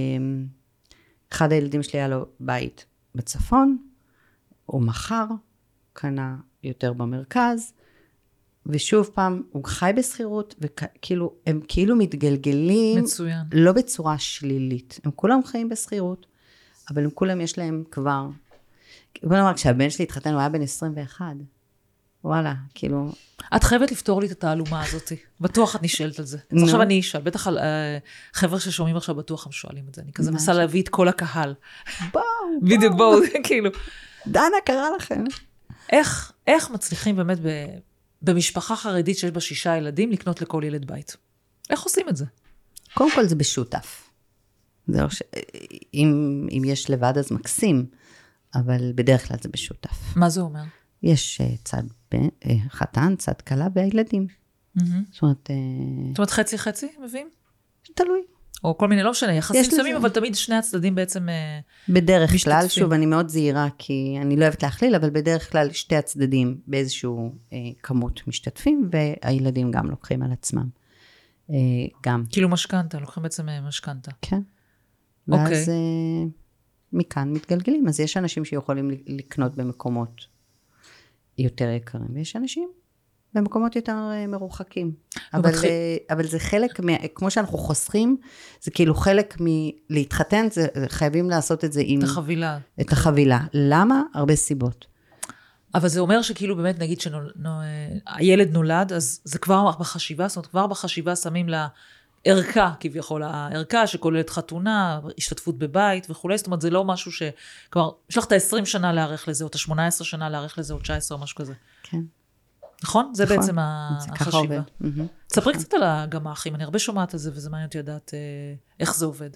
אחד הילדים שלי היה לו בית בצפון, הוא מחר, קנה יותר במרכז, ושוב פעם, הוא חי בסחירות, וכאילו, הם כאילו מתגלגלים, מצוין. לא בצורה שלילית. הם כולם חיים בסחירות, אבל הם כולם יש להם כבר, בוא נאמר, כשהבן שלי התחתן, הוא היה בן עשרים ואחת. וואלה, כאילו... את חייבת לפתור לי את התעלומה הזאת. בטוח את נשאלת על זה. אז עכשיו אני אשאל, בטח על חבר'ה ששומעים עכשיו, בטוח הם שואלים את זה. אני כזה מנסה להביא את כל הקהל. בואו, בדיוק, בואו, כאילו. דנה, קרה לכם. איך, איך מצליחים באמת ב... במשפחה חרדית שיש בה שישה ילדים, לקנות לכל ילד בית. איך עושים את זה? קודם כל זה בשותף. זה לא ש... אם, אם יש לבד אז מקסים, אבל בדרך כלל זה בשותף. מה זה אומר? יש צד בן, חתן, צד קלה והילדים. Mm-hmm. זאת אומרת... זאת אומרת חצי חצי מביאים? תלוי. או כל מיני, לא משנה, יחסים סמים, אבל תמיד שני הצדדים בעצם בדרך משתתפים. כלל, שוב, אני מאוד זהירה, כי אני לא אוהבת להכליל, אבל בדרך כלל שתי הצדדים באיזשהו אה, כמות משתתפים, והילדים גם לוקחים על עצמם. אה, גם. כאילו משכנתה, לוקחים בעצם משכנתה. כן. אוקיי. ואז אה, מכאן מתגלגלים. אז יש אנשים שיכולים לקנות במקומות יותר יקרים, ויש אנשים במקומות יותר מרוחקים. אבל, אבל זה חלק, כמו שאנחנו חוסכים, זה כאילו חלק מלהתחתן, זה, חייבים לעשות את זה עם... את החבילה. את החבילה. למה? הרבה סיבות. אבל זה אומר שכאילו באמת נגיד שהילד נולד, אז זה כבר בחשיבה, זאת אומרת, כבר בחשיבה שמים לה ערכה, כביכול, הערכה שכוללת חתונה, השתתפות בבית וכו', זאת אומרת, זה לא משהו ש... כלומר, יש לך את ה-עשרים שנה להערך לזה, או את ה-שמונה עשרה שנה להערך לזה, או תשע עשרה או משהו כזה. כן. נכון? זה נכון. בעצם זה החשיבה. mm-hmm. תספרי נכון. קצת על הגמ"חים, אני הרבה שומעת על זה, וזה מעניין אותי לדעת איך זה עובד.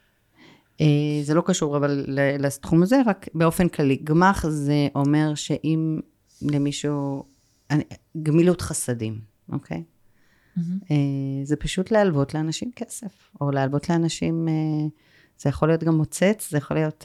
זה לא קשור אבל לתחום הזה, רק באופן כללי. גמ"ח זה אומר שאם למישהו, גמילות חסדים, אוקיי? Mm-hmm. זה פשוט להלוות לאנשים כסף, או להלוות לאנשים, זה יכול להיות גם מוצץ, זה יכול להיות...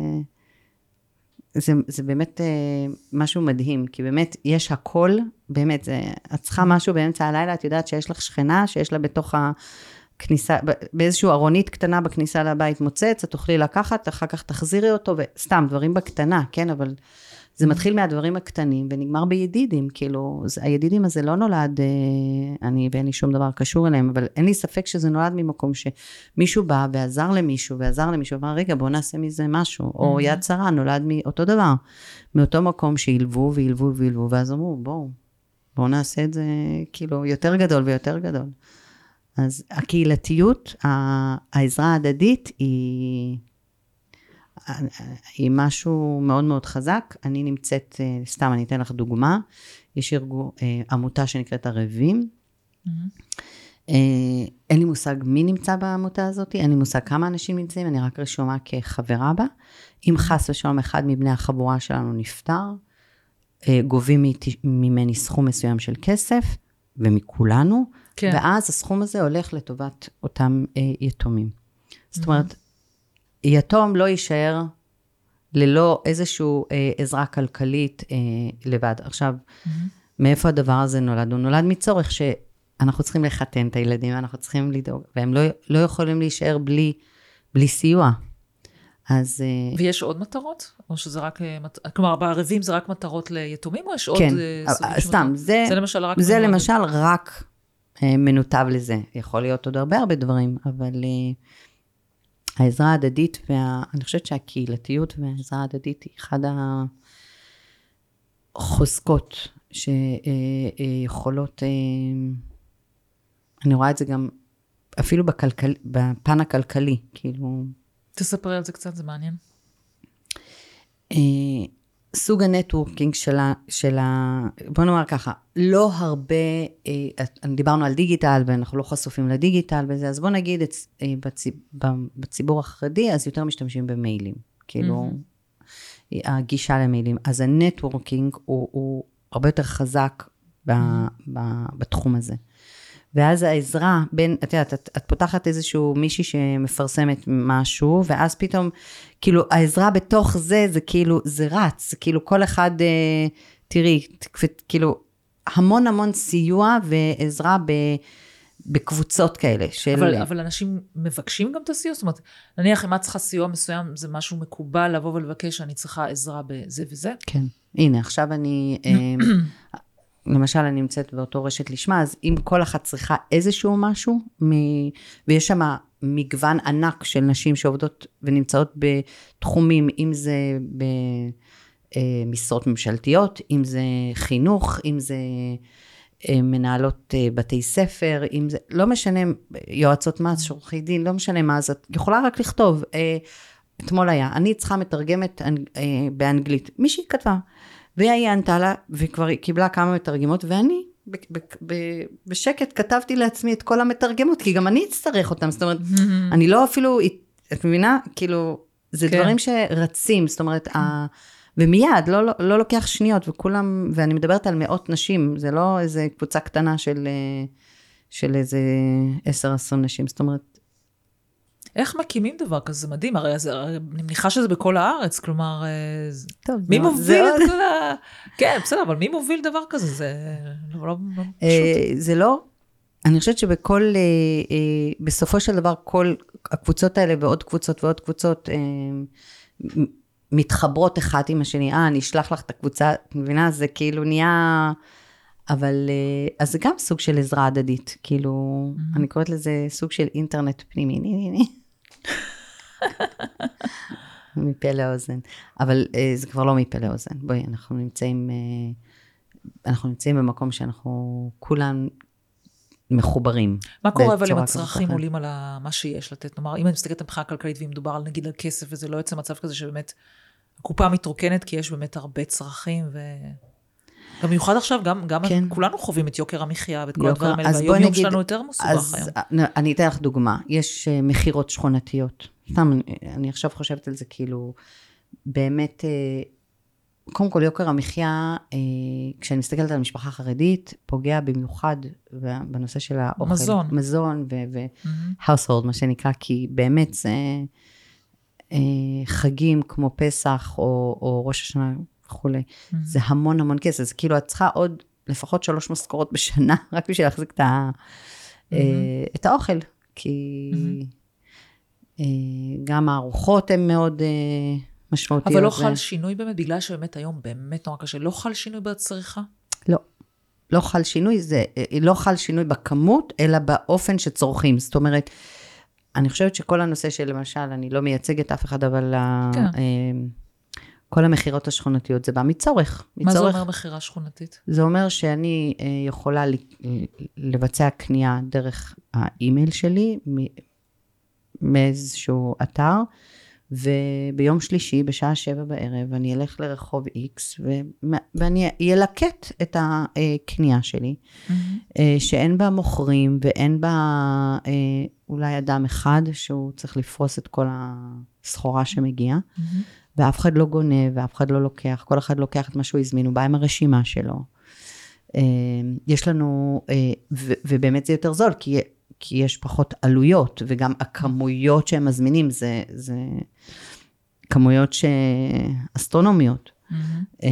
זה, זה באמת משהו מדהים, כי באמת יש הכל, באמת, זה, את צריכה משהו באמצע הלילה, את יודעת שיש לך שכנה, שיש לה בתוך הכניסה, באיזשהו ארונית קטנה בכניסה לבית מוצץ, את תוכלי לקחת, אחר כך תחזירי אותו, וסתם, דברים בקטנה, כן, אבל זה מתחיל מהדברים הקטנים, ונגמר בידידים, כאילו, הידידים הזה לא נולד, אני ואין לי שום דבר קשור אליהם, אבל אין לי ספק שזה נולד ממקום שמישהו בא ועזר למישהו, ועזר למישהו, ואמר, רגע, בוא נעשה מזה משהו, או יד שרה נולד מאותו דבר, מאותו מקום שילבו וילבו וילבו, ואז אמרו, בואו, בואו נעשה את זה, כאילו, יותר גדול ויותר גדול. אז הקהילתיות, העזרה ההדדית היא... היא משהו מאוד מאוד חזק. אני נמצאת, סתם אני אתן לך דוגמה, יש ארגון, עמותה שנקראת ערבים, mm-hmm. אין לי מושג מי נמצא בעמותה הזאת, אין לי מושג כמה אנשים נמצאים, אני רק רשומה כחברה בה, אם חס ושלום אחד מבני החבורה שלנו נפטר, גובים ממני סכום מסוים של כסף, ומכולנו, כן. ואז הסכום הזה הולך לטובת אותם יתומים. Mm-hmm. זאת אומרת, יתום לא יישאר ללא איזושהי אה, עזרה כלכלית אה, לבד. עכשיו, mm-hmm. מאיפה הדבר הזה נולד? הוא נולד מצורך שאנחנו צריכים לחתן את הילדים, אנחנו צריכים לדאוג, והם לא, לא יכולים להישאר בלי, בלי סיוע. אז... אה, ויש עוד מטרות? או שזה רק... כלומר, בערבים זה רק מטרות ליתומים, או יש עוד כן, סוגים סתם, מטרות? זה, זה למשל רק... זה למשל רק אה, מנותב לזה. יכול להיות עוד הרבה הרבה דברים, אבל... אה, העזרה ההדדית, ואני חושבת שהקהילתיות והעזרה ההדדית היא אחד החוזקות שיכולות, אני רואה את זה גם אפילו בכלכל, בפן הכלכלי, כאילו... תספרי על זה קצת, זה מעניין. סוג הנטוורקינג שלה, שלה, בוא נאמר ככה, לא הרבה, דיברנו על דיגיטל, ואנחנו לא חשופים לדיגיטל וזה, אז בוא נגיד, בציבור החרדי, אז יותר משתמשים במיילים, כאילו, הגישה למיילים. אז הנטוורקינג הוא, הוא הרבה יותר חזק ב, ב, בתחום הזה. ואז העזרה בין, את יודעת, את, את פותחת איזשהו מישהי שמפרסמת משהו, ואז פתאום, כאילו, העזרה בתוך זה, זה כאילו, זה רץ, זה כאילו כל אחד, אה, תראי, כאילו, המון המון סיוע ועזרה ב, בקבוצות כאלה. של... אבל, אבל אנשים מבקשים גם את הסיוע? זאת אומרת, נניח אם את צריכה סיוע מסוים, זה משהו מקובל לבוא ולבקש, אני צריכה עזרה בזה וזה? כן. הנה, עכשיו אני... למשל, אני נמצאת באותו רשת לשמה, אז אם כל אחת צריכה איזשהו משהו, מ... ויש שם מגוון ענק של נשים שעובדות ונמצאות בתחומים, אם זה במשרות ממשלתיות, אם זה חינוך, אם זה מנהלות בתי ספר, אם זה, לא משנה, יועצות מס, שורחי דין, לא משנה מה, אז את יכולה רק לכתוב, אתמול היה, אני צריכה מתרגמת באנגלית, מישהי כתבה, והיא ענתה לה, וכבר קיבלה כמה מתרגמות, ואני בשקט כתבתי לעצמי את כל המתרגמות, כי גם אני אצטרך אותם, זאת אומרת, אני לא אפילו, את מבינה? כאילו, זה דברים שרצים, זאת אומרת, ומיד, לא, לא, לא לוקח שניות, וכולם, ואני מדברת על מאות נשים, זה לא איזה קבוצה קטנה של, של איזה עשר עשרה נשים, זאת אומרת, איך מקימים דבר כזה? זה מדהים, הרי זה, אני מניחה שזה בכל הארץ, כלומר, טוב, מי זה, מוביל זה את כל ה... כן, בסדר, אבל מי מוביל דבר כזה? זה לא, לא פשוט. זה לא, אני חושבת שבכל, בסופו של דבר, כל הקבוצות האלה ועוד קבוצות ועוד קבוצות, מתחברות אחת עם השני, אה, אני אשלח לך את הקבוצה, את מבינה? זה כאילו נהיה... אבל, אז זה גם סוג של עזרה הדדית, כאילו, mm-hmm. אני קוראת לזה סוג של אינטרנט פנימי, ני, ני, ני. מפה לאוזן. אבל זה כבר לא מפה לאוזן. בואי, אנחנו נמצאים, אנחנו נמצאים במקום שאנחנו כולם מחוברים. מה קורה אבל אם הצרכים עולים על מה שיש לתת? נאמר, אם אני מסתכלת מבחינה כלכלית, ואם מדובר על נגיד על כסף, וזה לא יוצא מצב כזה שבאמת, הקופה מתרוקנת, כי יש באמת הרבה צרכים ו... גם מיוחד עכשיו, גם, גם כן. כולנו חווים את יוקר המחיה, ואת כל הדברים האלה, והיום יום שלנו יותר מסובך היום. אני אתן לך דוגמה, יש מחירות שכונתיות, סתם, אני, אני עכשיו חושבת על זה כאילו, באמת, קודם כל יוקר המחיה, כשאני מסתכלת על משפחה חרדית, פוגע במיוחד בנושא של האוכל, מזון, מזון ו-household, מה שנקרא, כי באמת זה חגים כמו פסח או, או ראש השנה, וכולי. Mm-hmm. זה המון המון כסף, זה כאילו את צריכה עוד לפחות שלוש משכורות בשנה, רק בשביל להחזיק את, ה, mm-hmm. את האוכל, כי mm-hmm. גם הארוחות הן מאוד משמעותיות. אבל לא חל ו... שינוי באמת, בגלל שבאמת היום באמת נורא קשה, לא חל שינוי בצריכה? לא, לא חל שינוי, זה לא חל שינוי בכמות, אלא באופן שצורכים, זאת אומרת, אני חושבת שכל הנושא של למשל, אני לא מייצגת אף אחד, אבל... כן. כל המחירות השכונתיות, זה בא מצורך. מה מצורך, זה אומר מחירה שכונתית? זה אומר שאני יכולה לבצע קנייה דרך האימייל שלי, מאיזשהו אתר, וביום שלישי, בשעה שבע בערב, אני אלך לרחוב X, ואני ילקט את הקנייה שלי, mm-hmm. שאין בה מוכרים, ואין בה אולי אדם אחד, שהוא צריך לפרוס את כל הסחורה שמגיעה, mm-hmm. ואף אחד לא גונה, ואף אחד לא לוקח, כל אחד לוקח את מה שהוא הזמין, הוא בא עם הרשימה שלו. יש לנו, ובאמת זה יותר זול, כי, כי יש פחות עלויות, וגם הכמויות שהם מזמינים, זה, זה כמויות אסטרונומיות. Mm-hmm.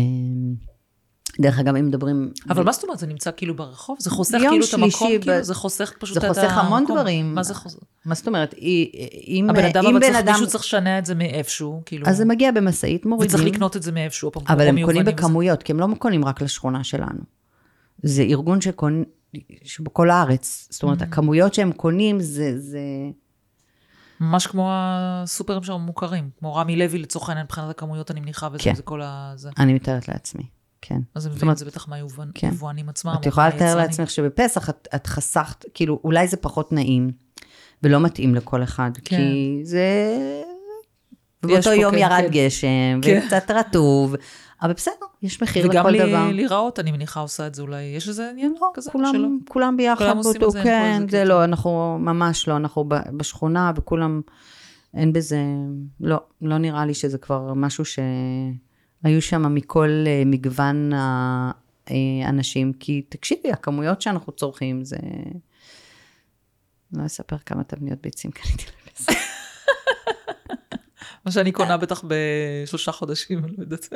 דרך אגב, אם מדברים... אבל מה זאת אומרת? זה נמצא כאילו ברחוב? זה חוסך כאילו את המקום? כאילו? זה חוסך פשוט את המקום? זה חוסך המון דברים. מה זה חוסך? מה זאת אומרת? אם הבן אדם אבל צריך, מישהו צריך לשנע את זה מאיפשהו, כאילו... אז זה מגיע במסעית, מורידים. וצריך לקנות את זה מאיפשהו. אבל הם קונים בכמויות, כי הם לא קונים רק לשכונה שלנו. זה ארגון שקון... שבכל הארץ. זאת אומרת, הכמויות שהם קונים זה... ממש כמו הסופרים שם מוכרים. כמו רמי לוי לצורך העניין, מבחינת הכמויות אני מניחה, וזה כל ה... אני מתארת לעצמי. כן. אז הם מביאים את זה בטח מהיבואנים עצמם. את יכולה לתאר לעצמך שבפסח את, את חסכת, כאילו אולי זה פחות נעים, ולא מתאים לכל אחד, כן. כי זה... ובאותו יום כן, ירד כן. גשם, כן. וקצת רטוב, אבל בסדר, יש מחיר לכל דבר. וגם להיראות, אני מניחה עושה את זה אולי, יש איזה עניין לא, כזה? כולם, שלא? כולם ביחד, כולם עושים באותו, את זה, כן, זה, זה לא, אנחנו ממש לא, אנחנו בשכונה, וכולם, אין בזה, לא, לא נראה לי שזה כבר משהו ש... היו שם מכל מגוון אנשים, כי תקשיבי, הכמויות שאנחנו צורכים, זה... לא אספר כמה תבניות ביצים קניתי לבס. מה שאני קונה בטח בשלושה חודשים, אני לא יודעת.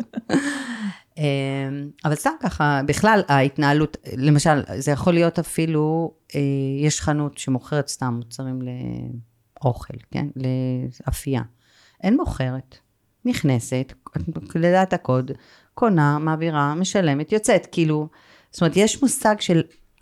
אבל סתם ככה, בכלל ההתנהלות, למשל, זה יכול להיות אפילו, יש חנות שמוכרת סתם מוצרים לאוכל, כן? לאפייה. אין מוכרת, נכנסת, לדעת הקוד, קונה, מעבירה, משלמת, יוצאת, כאילו, זאת אומרת, יש מושג של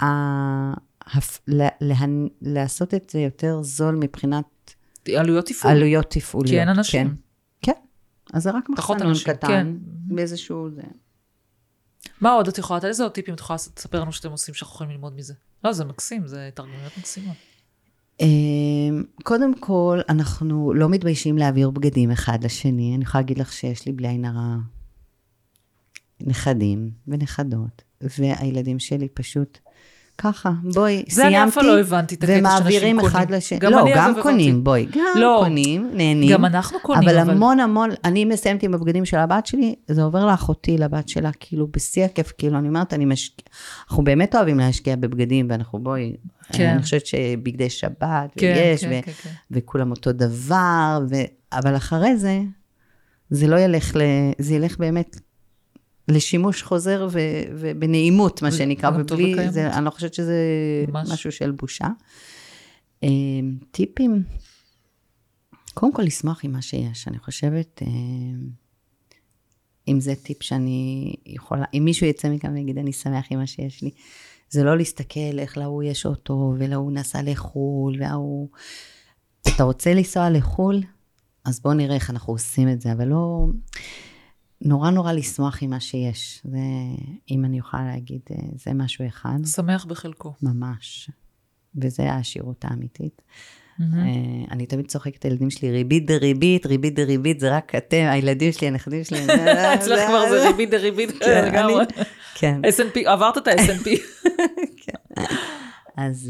לעשות את זה יותר זול מבחינת עלויות תפעול. עלויות תפעוליות. כי אין אנשים. כן, כן. אז זה רק מחסנון קטן, באיזשהו זה. מה עוד את יכולה? איזה עוד טיפים את יכולה לספר לנו שאתם עושים שאנחנו יכולים ללמוד מזה? לא, זה מקסים, זה תרגמיות מקסימות. קודם כל, אנחנו לא מתביישים להעביר בגדים אחד לשני. אני יכולה להגיד לך שיש לי בלי עין הרע נכדים ונכדות, והילדים שלי פשוט ככה, בואי, סיימתי, לא הבנתי, ומעבירים אחד לשני. לא, גם קונים, בואי, גם לא, קונים, נהנים. גם אנחנו קונים. אבל, אבל המון המון, אני מסיימת עם הבגדים של הבת שלי, זה עובר לאחותי, לבת שלה, כאילו, בשיא הכיף, כאילו, אני אומרת, אני משקיע, אנחנו באמת אוהבים להשקיע בבגדים, ואנחנו בואי, כן. אני חושבת שבגדי שבת, כן, ויש, כן, ו- כן, כן. וכולם אותו דבר, ו- אבל אחרי זה, זה לא ילך, ל- זה ילך באמת, לשימוש חוזר ו- ובנעימות, מה שנקרא, ובלי, זה, אני לא חושבת שזה ממש. משהו של בושה. טיפים, קודם כל לשמוח עם מה שיש, אני חושבת, אם זה טיפ שאני יכולה, אם מישהו יצא מכאן ויגיד, אני שמח עם מה שיש לי, זה לא להסתכל איך להוא יש אותו, ולהוא נסע לחול, והוא, אתה רוצה לנסוע לחול, אז בואו נראה איך אנחנו עושים את זה, אבל לא... נורא נורא לשמוח עם מה שיש. זה, אם אני יכולה להגיד, זה משהו אחד. שמח בחלקו. ממש. וזה העשירות האמיתית. Mm-hmm. אני תמיד צוחקת את הילדים שלי, ריבית דה ריבית, ריבית דה ריבית, זה רק אתם, הילדים שלי, הנכדים שלי. אצלך כבר זה ריבית דה ריבית. כן. אס אנד פי, עברת את ה-אס אנד פי. כן. אז...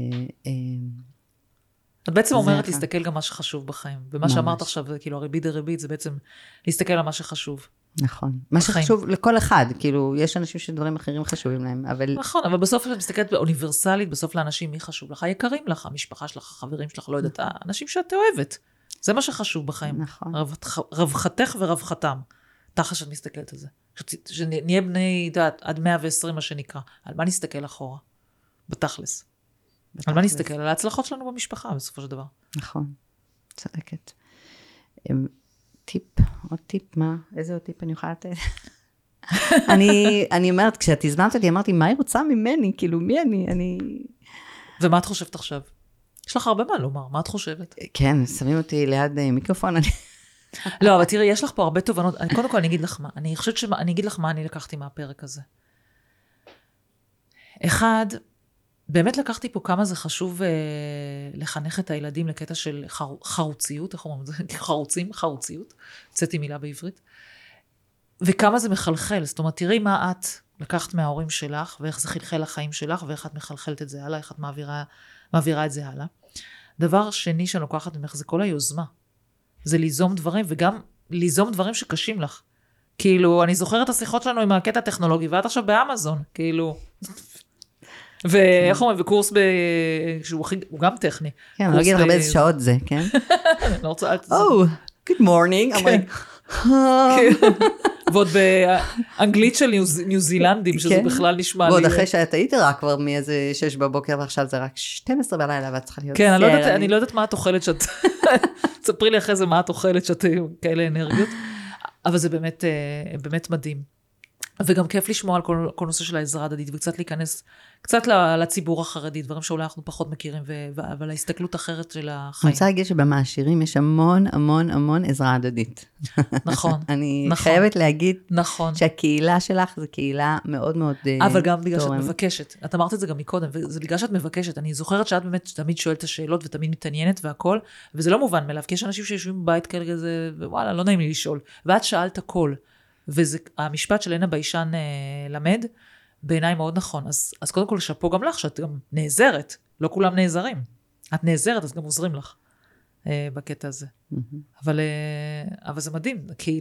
את בעצם אומרת להסתכל גם מה שחשוב בחיים, ומה שאמרת עכשיו, כאילו הריבית דריבית, זה בעצם להסתכל על מה שחשוב. נכון, מה שחשוב לכל אחד, כאילו יש אנשים שדברים אחרים חשובים להם, אבל... נכון, אבל בסוף את מסתכלת באוניברסלית, בסוף לאנשים מי חשוב לך, היקרים לך, המשפחה שלך, החברים שלך, לא יודעת, האנשים שאת אוהבת, זה מה שחשוב בחיים. נכון. רווחתך ורווחתם, תחת שאת מסתכלת על זה. שנהיה בני דת, עד מאה ועשרים מה שנקרא, על מה נסתכל אחורה? בתכלס. על מה נסתכל? על ההצלחות שלנו במשפחה, בסופו של דבר. נכון, צדקת. טיפ, עוד טיפ, מה? איזה עוד טיפ אני יכולה לתת? אני, אני אומרת, כשאת הזמנת אותי, אמרתי, מה היא רוצה ממני? כאילו, מי אני? אני... ומה את חושבת עכשיו? יש לך הרבה מה לומר, מה את חושבת? כן, שמים אותי ליד מיקרופון, אני... לא, אבל תראי, יש לך פה הרבה תובנות. קודם כל, אני אגיד לך מה. אני חושבת שאני אגיד לך מה אני לקחתי מהפרק הזה. אחד, באמת לקחתי פה כמה זה חשוב לחנך את הילדים לקטע של חרוציות, איך אומרים את זה? חרוצים, חרוציות. הוצאתי מילה בעברית. וכמה זה מחלחל. זאת אומרת, תראי מה את לקחת מההורים שלך, ואיך זה חלחל לחיים שלך, ואיך את מחלחלת את זה הלאה, איך את מעבירה, מעבירה את זה הלאה. דבר שני שאני לוקחת ממך, זה כל היוזמה. זה ליזום דברים, וגם ליזום דברים שקשים לך. כאילו, אני זוכרת את השיחות שלנו עם הקטע הטכנולוגי, ואת עכשיו באמזון, כאילו... ואיך אומרים, וקורס שהוא גם טכני. כן, אני לא אגיד לך באיזה שעות זה, כן? אני לא רוצה... Oh, good morning. I'm like... ועוד באנגלית של ניו זילנדים, שזה בכלל נשמע לי... ועוד אחרי שאת היית רק כבר מאיזה שש בבוקר, ועכשיו זה רק שתים עשרה בלילה, ואת צריכה להיות... כן, אני לא יודעת מה את אוכלת שאת... תספרי לי אחרי זה מה את אוכלת שאת כאלה אנרגיות. אבל זה באמת מדהים. וגם כיף לשמוע על כל, כל נושא של העזרה הדדית, וקצת להיכנס, קצת לציבור החרדי, דברים שאולי אנחנו פחות מכירים, ו, אבל ההסתכלות אחרת של החיים. אני רוצה להגיד שבמעשירים יש המון, המון, המון עזרה הדדית. נכון. אני נכון, חייבת להגיד, נכון. שהקהילה שלך זו קהילה מאוד מאוד תורם. אבל גם בגלל שאת מבקשת. את אמרת את זה גם מקודם, וזה בגלל שאת מבקשת. אני זוכרת שאת באמת תמיד שואלת את השאלות, ותמיד מתעניינת והכל, וזה לא מובן מאליו, כי יש אנשים שיושבים בבית כאלה, ווואלה, לא נעים לי לשאול. ואת שאלת הכל. והמשפט של עינה ביישן אה, למד, בעיניי מאוד נכון. אז, אז קודם כל, שפו גם לך, שאת גם נעזרת. לא כולם נעזרים. את נעזרת, אז גם עוזרים לך אה, בקטע הזה. Mm-hmm. אבל, אה, אבל זה מדהים. קהיל,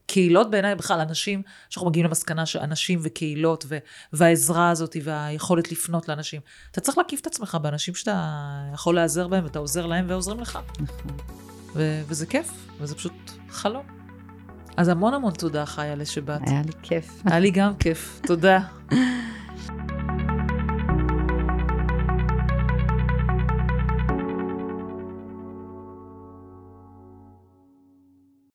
קהילות בעיניי בכלל, אנשים, שאנחנו מגיעים למסקנה שאנשים וקהילות, ו- והעזרה הזאת, והיכולת לפנות לאנשים. אתה צריך להקיף את עצמך באנשים שאתה יכול לעזר בהם, ואתה עוזר להם ועוזרים לך. נכון. ו- וזה כיף, וזה פשוט חלום. אז המון המון תודה, חיה, לשבת. היה לי כיף. היה לי גם כיף, תודה.